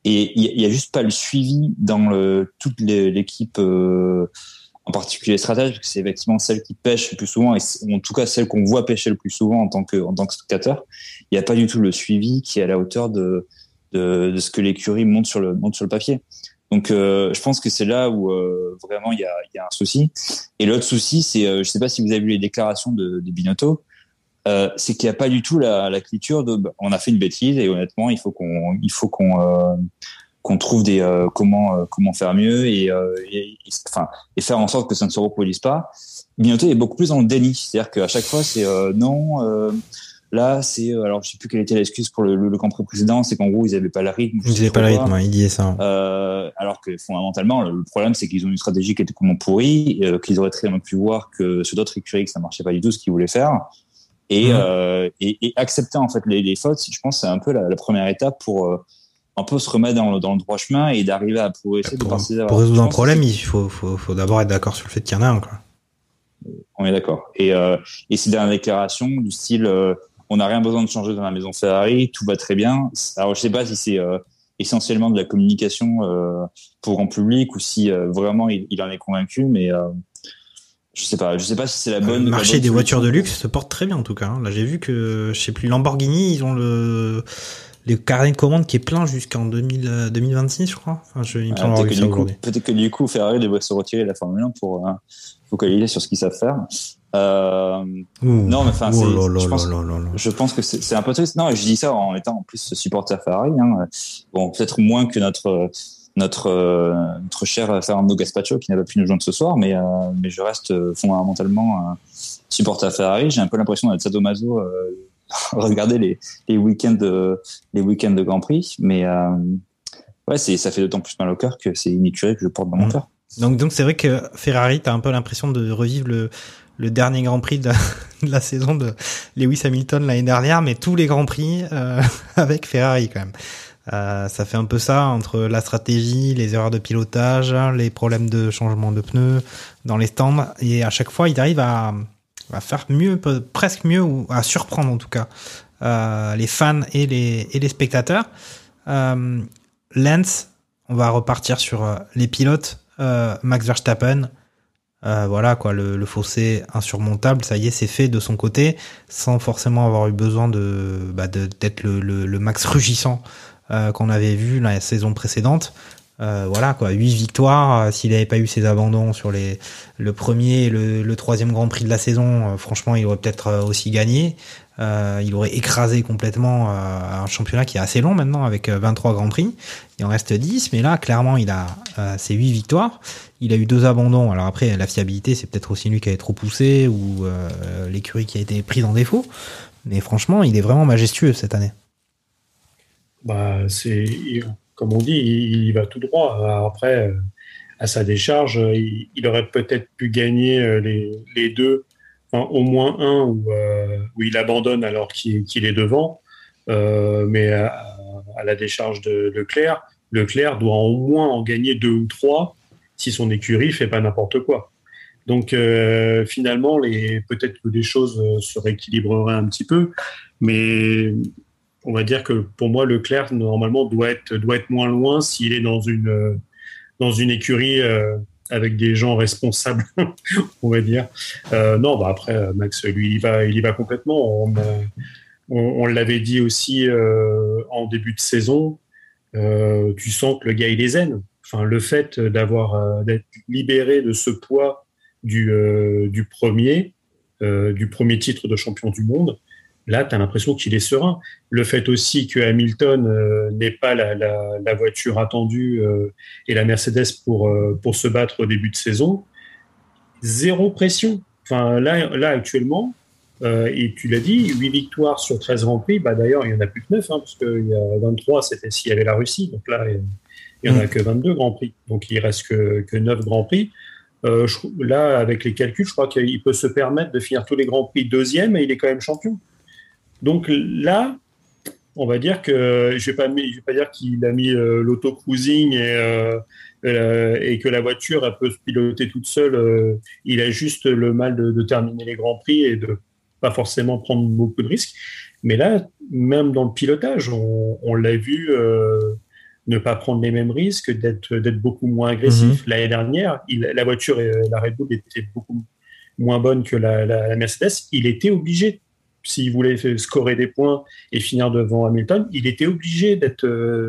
Et il y a juste pas le suivi dans toute l'équipe, en particulier stratège, parce que c'est effectivement celle qui pêche le plus souvent, et en tout cas celle qu'on voit pêcher le plus souvent en tant que spectateur. Il n'y a pas du tout le suivi qui est à la hauteur de ce que l'écurie montre sur le papier. Donc je pense que c'est là où vraiment il y a un souci. Et l'autre souci, c'est je sais pas si vous avez vu les déclarations de Binotto, c'est qu'il n'y a pas du tout la culture de on a fait une bêtise et honnêtement il faut qu'on trouve des comment faire mieux et faire en sorte que ça ne se reproduise pas. Binotto est beaucoup plus dans le déni, c'est-à-dire qu'à chaque fois c'est non. Là, c'est alors je sais plus quelle était l'excuse pour le Grand Prix précédent, c'est qu'en gros ils avaient pas le rythme. Ils avaient pas le rythme, il disait ça. Alors que fondamentalement le problème c'est qu'ils ont une stratégie qui était complètement pourrie, qu'ils auraient très bien pu voir que sur d'autres écuries que ça marchait pas du tout ce qu'ils voulaient faire et accepter en fait les fautes. Je pense que c'est un peu la première étape pour un peu se remettre dans le droit chemin et d'arriver à progresser. Pour résoudre un problème, il faut d'abord être d'accord sur le fait qu'il y en a un, quoi. On est d'accord. Et ces dernières déclarations du style on n'a rien besoin de changer dans la maison Ferrari, tout va très bien. Alors, je sais pas si c'est essentiellement de la communication pour grand public ou si vraiment il en est convaincu, mais je sais pas si c'est la bonne. Le marché des voitures de luxe luxe se porte très bien en tout cas. Hein. Là, j'ai vu que, je sais plus, Lamborghini, ils ont les carnet de commandes qui est plein jusqu'en 2026, je crois. Enfin, il me semble avoir vu ça aujourd'hui. Peut-être que du coup, Ferrari devrait se retirer de la Formule 1 pour focaliser sur ce qu'ils savent faire. Non, mais enfin, je pense que c'est un peu triste. Non, je dis ça en étant en plus supporter Ferrari. Hein. Bon, peut-être moins que notre cher Fernando Gaspacho qui n'a pas pu nous joindre ce soir, mais je reste fondamentalement supporter Ferrari. J'ai un peu l'impression d'être sadomaso. Regarder les week-ends de Grand Prix, mais ouais, ça fait d'autant plus mal au cœur que c'est une écurie que je porte dans mon cœur. Donc c'est vrai que Ferrari, t'as un peu l'impression de revivre le dernier Grand Prix de la saison de Lewis Hamilton l'année dernière, mais tous les Grands Prix avec Ferrari quand même. Ça fait un peu ça entre la stratégie, les erreurs de pilotage, les problèmes de changement de pneus dans les stands, et à chaque fois ils arrivent à faire mieux, presque mieux, ou à surprendre en tout cas les fans et les spectateurs. Lance, on va repartir sur les pilotes. Max Verstappen, voilà quoi, le fossé insurmontable, ça y est, c'est fait de son côté, sans forcément avoir eu besoin d'être le Max rugissant qu'on avait vu la saison précédente. Voilà quoi, 8 victoires. S'il n'avait pas eu ses abandons sur le premier et le troisième Grand Prix de la saison, franchement, il aurait peut-être aussi gagné. Il aurait écrasé complètement un championnat qui est assez long maintenant avec 23 Grands Prix. Il en reste 10, mais là, clairement, il a ses 8 victoires. Il a eu 2 abandons. Alors après, la fiabilité, c'est peut-être aussi lui qui avait trop poussé ou l'écurie qui a été prise en défaut. Mais franchement, il est vraiment majestueux cette année. Comme on dit, il y va tout droit. Alors après, à sa décharge, il aurait peut-être pu gagner les deux, enfin, au moins un où il abandonne alors qu'il est devant. Mais à la décharge de Leclerc doit au moins en gagner 2 ou 3 si son écurie fait pas n'importe quoi. Donc finalement, peut-être que les choses se rééquilibreraient un petit peu, mais on va dire que pour moi, Leclerc normalement doit être moins loin s'il est dans une écurie avec des gens responsables, on va dire. Non, après Max, lui, il y va complètement. On l'avait dit aussi en début de saison. Tu sens que le gars il est zen. Enfin, le fait d'être libéré de ce poids du premier titre de champion du monde. Là, tu as l'impression qu'il est serein. Le fait aussi que Hamilton n'ait pas la voiture attendue et la Mercedes pour se battre au début de saison, zéro pression. Enfin, là actuellement, et tu l'as dit, 8 victoires sur 13 Grands Prix. D'ailleurs, il n'y en a plus que 9, parce qu'il y a 23, c'était s'il y avait la Russie. Donc là, il n'y en a que 22 Grands Prix. Donc il ne reste que 9 Grands Prix. Là, avec les calculs, je crois qu'il peut se permettre de finir tous les Grands Prix deuxième et il est quand même champion. Donc là, on va dire que je vais pas dire qu'il a mis l'auto-cruising et que la voiture elle peut se piloter toute seule. Il a juste le mal de terminer les Grands Prix et de pas forcément prendre beaucoup de risques. Mais là, même dans le pilotage, on l'a vu ne pas prendre les mêmes risques, d'être beaucoup moins agressif. L'année dernière, la voiture, la Red Bull était beaucoup moins bonne que la Mercedes. Il était obligé, s'il voulait scorer des points et finir devant Hamilton, il était obligé d'être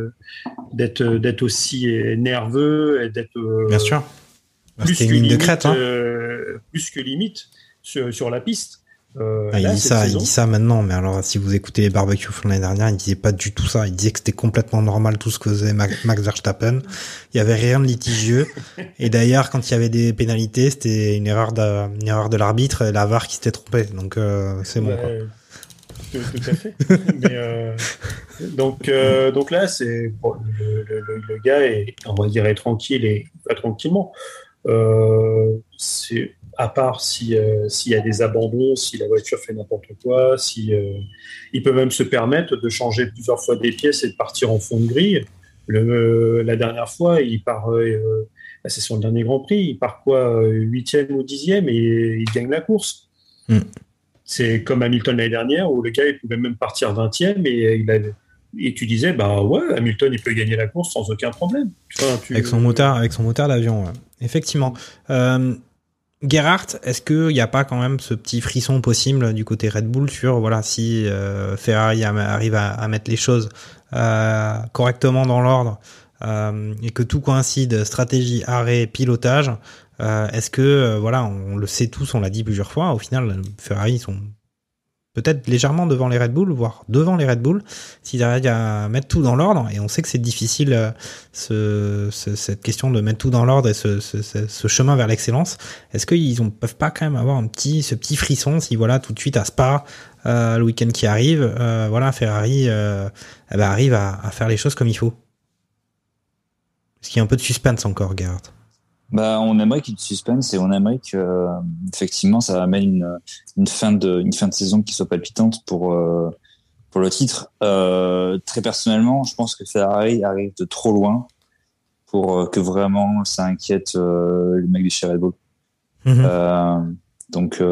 aussi nerveux et d'être bien sûr. Plus C'était que une ligne de limite, crête, hein. Plus que limite sur la piste. Il dit ça maintenant, mais alors si vous écoutez les barbecues l'année dernière, il disait pas du tout ça. Il disait que c'était complètement normal tout ce que faisait Max Verstappen. Il y avait rien de litigieux. Et d'ailleurs, quand il y avait des pénalités, c'était une erreur de l'arbitre et la VAR qui s'était trompée. Donc c'est bon. Quoi. Tout à fait. Mais, donc là, c'est bon, le gars est, on va dire, est tranquille et pas tranquillement. C'est à part s'il y a des abandons, si la voiture fait n'importe quoi, il peut même se permettre de changer plusieurs fois des pièces et de partir en fond de grille. La dernière fois, il part, c'est son dernier Grand Prix, il part quoi, 8e ou 10e et il gagne la course. C'est comme Hamilton l'année dernière où le gars il pouvait même partir 20e et tu disais bah ouais, Hamilton il peut gagner la course sans aucun problème. Enfin, avec son moteur d'avion, ouais. Effectivement. Gerhardt, est-ce qu'il n'y a pas quand même ce petit frisson possible du côté Red Bull sur voilà si Ferrari arrive à mettre les choses correctement dans l'ordre et que tout coïncide, stratégie, arrêt, pilotage, est-ce que voilà, on le sait tous, on l'a dit plusieurs fois, au final Ferrari sont peut-être légèrement devant les Red Bull, voire devant les Red Bull, s'ils arrivent à mettre tout dans l'ordre, et on sait que c'est difficile, cette question de mettre tout dans l'ordre et ce chemin vers l'excellence. Est-ce qu'ils peuvent pas quand même avoir ce petit frisson si voilà, tout de suite à Spa, le week-end qui arrive, voilà, Ferrari arrive à faire les choses comme il faut? Est-ce qu'il y a un peu de suspense encore, Gerhardt? Bah, on aimerait qu'il y ait du suspense et on aimerait que, effectivement, ça amène une fin de saison qui soit palpitante pour le titre. Très personnellement, je pense que Ferrari arrive de trop loin pour que vraiment ça inquiète le mec de chez Red Bull. Donc,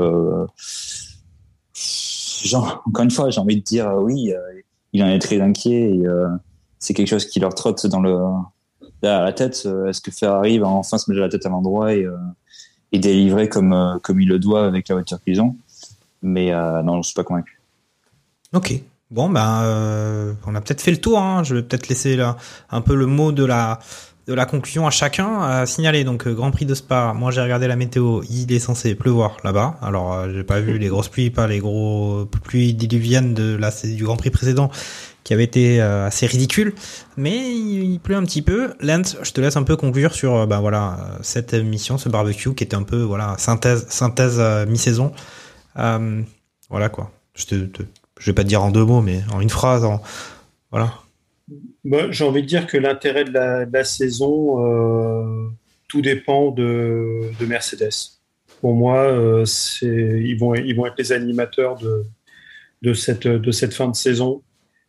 encore une fois, j'ai envie de dire oui, il en est très inquiet et c'est quelque chose qui leur trotte à la tête. Est-ce que Ferrari va enfin se mettre la tête à l'endroit et délivrer comme il le doit avec la voiture qu'ils ont? Mais non, je suis pas convaincu. Ok. Bon, on a peut-être fait le tour, hein. Je vais peut-être laisser là un peu le mot de la conclusion à chacun. À signaler donc Grand Prix de Spa. Moi, j'ai regardé la météo. Il est censé pleuvoir là-bas. Alors, j'ai pas vu les grosses pluies, pas les gros pluies diluviennes du Grand Prix précédent, qui avait été assez ridicule, mais il pleut un petit peu. Lance, je te laisse un peu conclure sur cette émission, ce barbecue qui était un peu synthèse mi-saison. Voilà quoi. Je vais pas te dire en 2 mots, mais en une phrase. Voilà. Moi, j'ai envie de dire que l'intérêt de la saison, tout dépend de Mercedes. Pour moi, ils vont être les animateurs de cette fin de saison.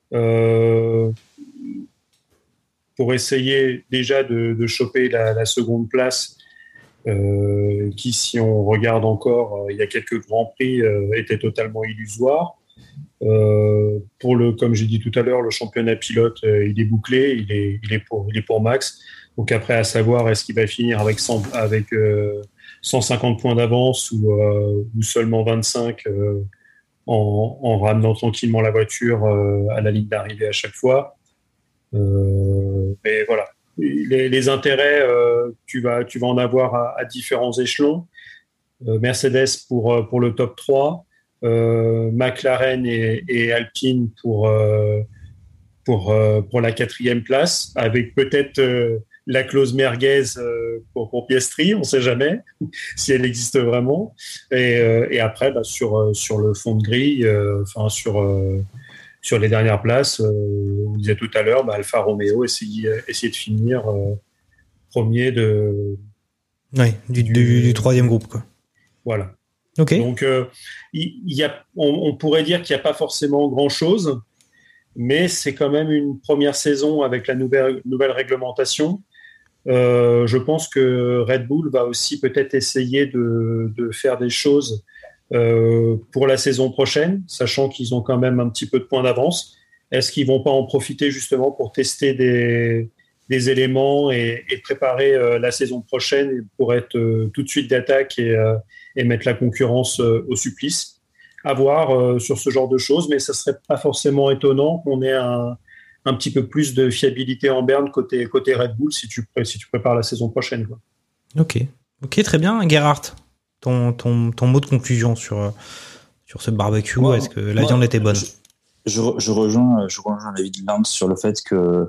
Pour essayer déjà de choper la seconde place qui, si on regarde encore, il y a quelques grands prix, était totalement illusoire. Comme j'ai dit tout à l'heure, le championnat pilote, il est bouclé, il est pour Max. Donc après, à savoir, est-ce qu'il va finir avec 150 points d'avance ou seulement 25 en ramenant tranquillement la voiture à la ligne d'arrivée à chaque fois. Mais voilà, les intérêts, tu vas en avoir à différents échelons. Mercedes pour le top 3, McLaren et Alpine pour la 4e place, avec peut-être la clause merguez pour Piastri, on ne sait jamais si elle existe vraiment. Et après, sur le fond de grille, sur les dernières places, on disait tout à l'heure, Alfa Romeo essayer de finir premier du 3e groupe, quoi. Voilà. Okay. Donc, on pourrait dire qu'il n'y a pas forcément grand-chose, mais c'est quand même une première saison avec la nouvelle réglementation. Je pense que Red Bull va aussi peut-être essayer de faire des choses pour la saison prochaine, sachant qu'ils ont quand même un petit peu de points d'avance. Est-ce qu'ils vont pas en profiter justement pour tester des éléments et préparer la saison prochaine pour être tout de suite d'attaque et mettre la concurrence au supplice. À voir sur ce genre de choses, mais ça serait pas forcément étonnant qu'on ait un petit peu plus de fiabilité en berne côté Red Bull si tu prépares la saison prochaine, quoi. Ok, très bien. Gerhardt, ton mot de conclusion sur ce barbecue, est-ce que la viande était bonne? Je rejoins l'avis de Lance sur le fait que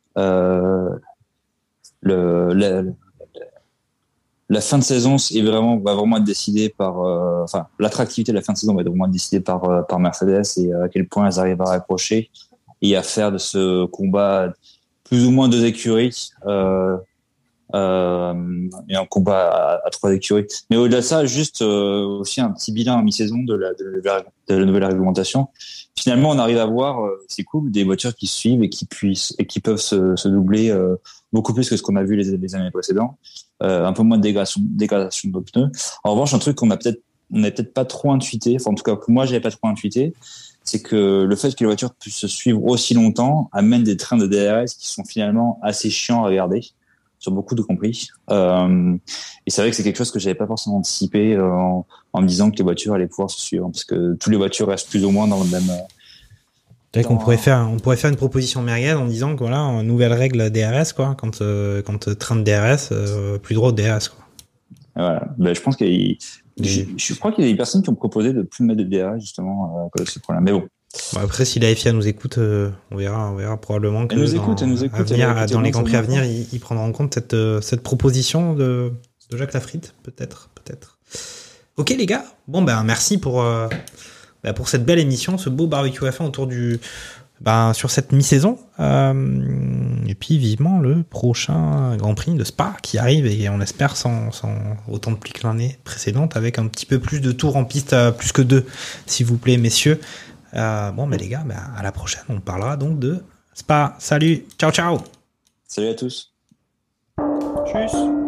la fin de saison va vraiment être décidée par, l'attractivité de la fin de saison va vraiment être décidée par Mercedes et à quel point elles arrivent à raccrocher et à faire de ce combat plus ou moins 2 écuries, et un combat à 3 écuries. Mais au-delà de ça, juste aussi un petit bilan à mi-saison de la nouvelle réglementation. Finalement, on arrive à voir, c'est cool, des voitures qui suivent et qui peuvent se doubler beaucoup plus que ce qu'on a vu les années précédentes. Un peu moins de dégradation de pneus. En revanche, un truc qu'on n'a peut-être pas trop intuité, enfin en tout cas que moi j'avais pas trop intuité, c'est que le fait que les voitures puissent se suivre aussi longtemps amène des trains de DRS qui sont finalement assez chiants à regarder sur beaucoup de compris. Et c'est vrai que c'est quelque chose que j'avais pas forcément anticipé en me disant que les voitures allaient pouvoir se suivre, parce que toutes les voitures restent plus ou moins dans le même. Peut-être qu'on pourrait faire une proposition merguez en disant que voilà, une nouvelle règle DRS, quoi, quand train de DRS, plus droit au DRS, quoi. Voilà. Ben, je pense je crois qu'il y a des personnes qui ont proposé de plus mettre de DRS justement à cause de ce problème. Mais bon. Après, si la FIA nous écoute, on verra probablement que elle nous écoute. Dans les Grands Prix à venir, ils prendront en compte cette proposition de Jacques Lafritte, peut-être. Ok les gars, bon ben merci pour cette belle émission, ce beau barbecue F1 autour sur cette mi-saison, et puis vivement le prochain Grand Prix de Spa qui arrive, et on espère sans autant de pluie que l'année précédente, avec un petit peu plus de tours en piste, plus que 2 s'il vous plaît messieurs. Les gars, à la prochaine, on parlera donc de Spa. Salut, ciao. Salut à tous. Tchuss.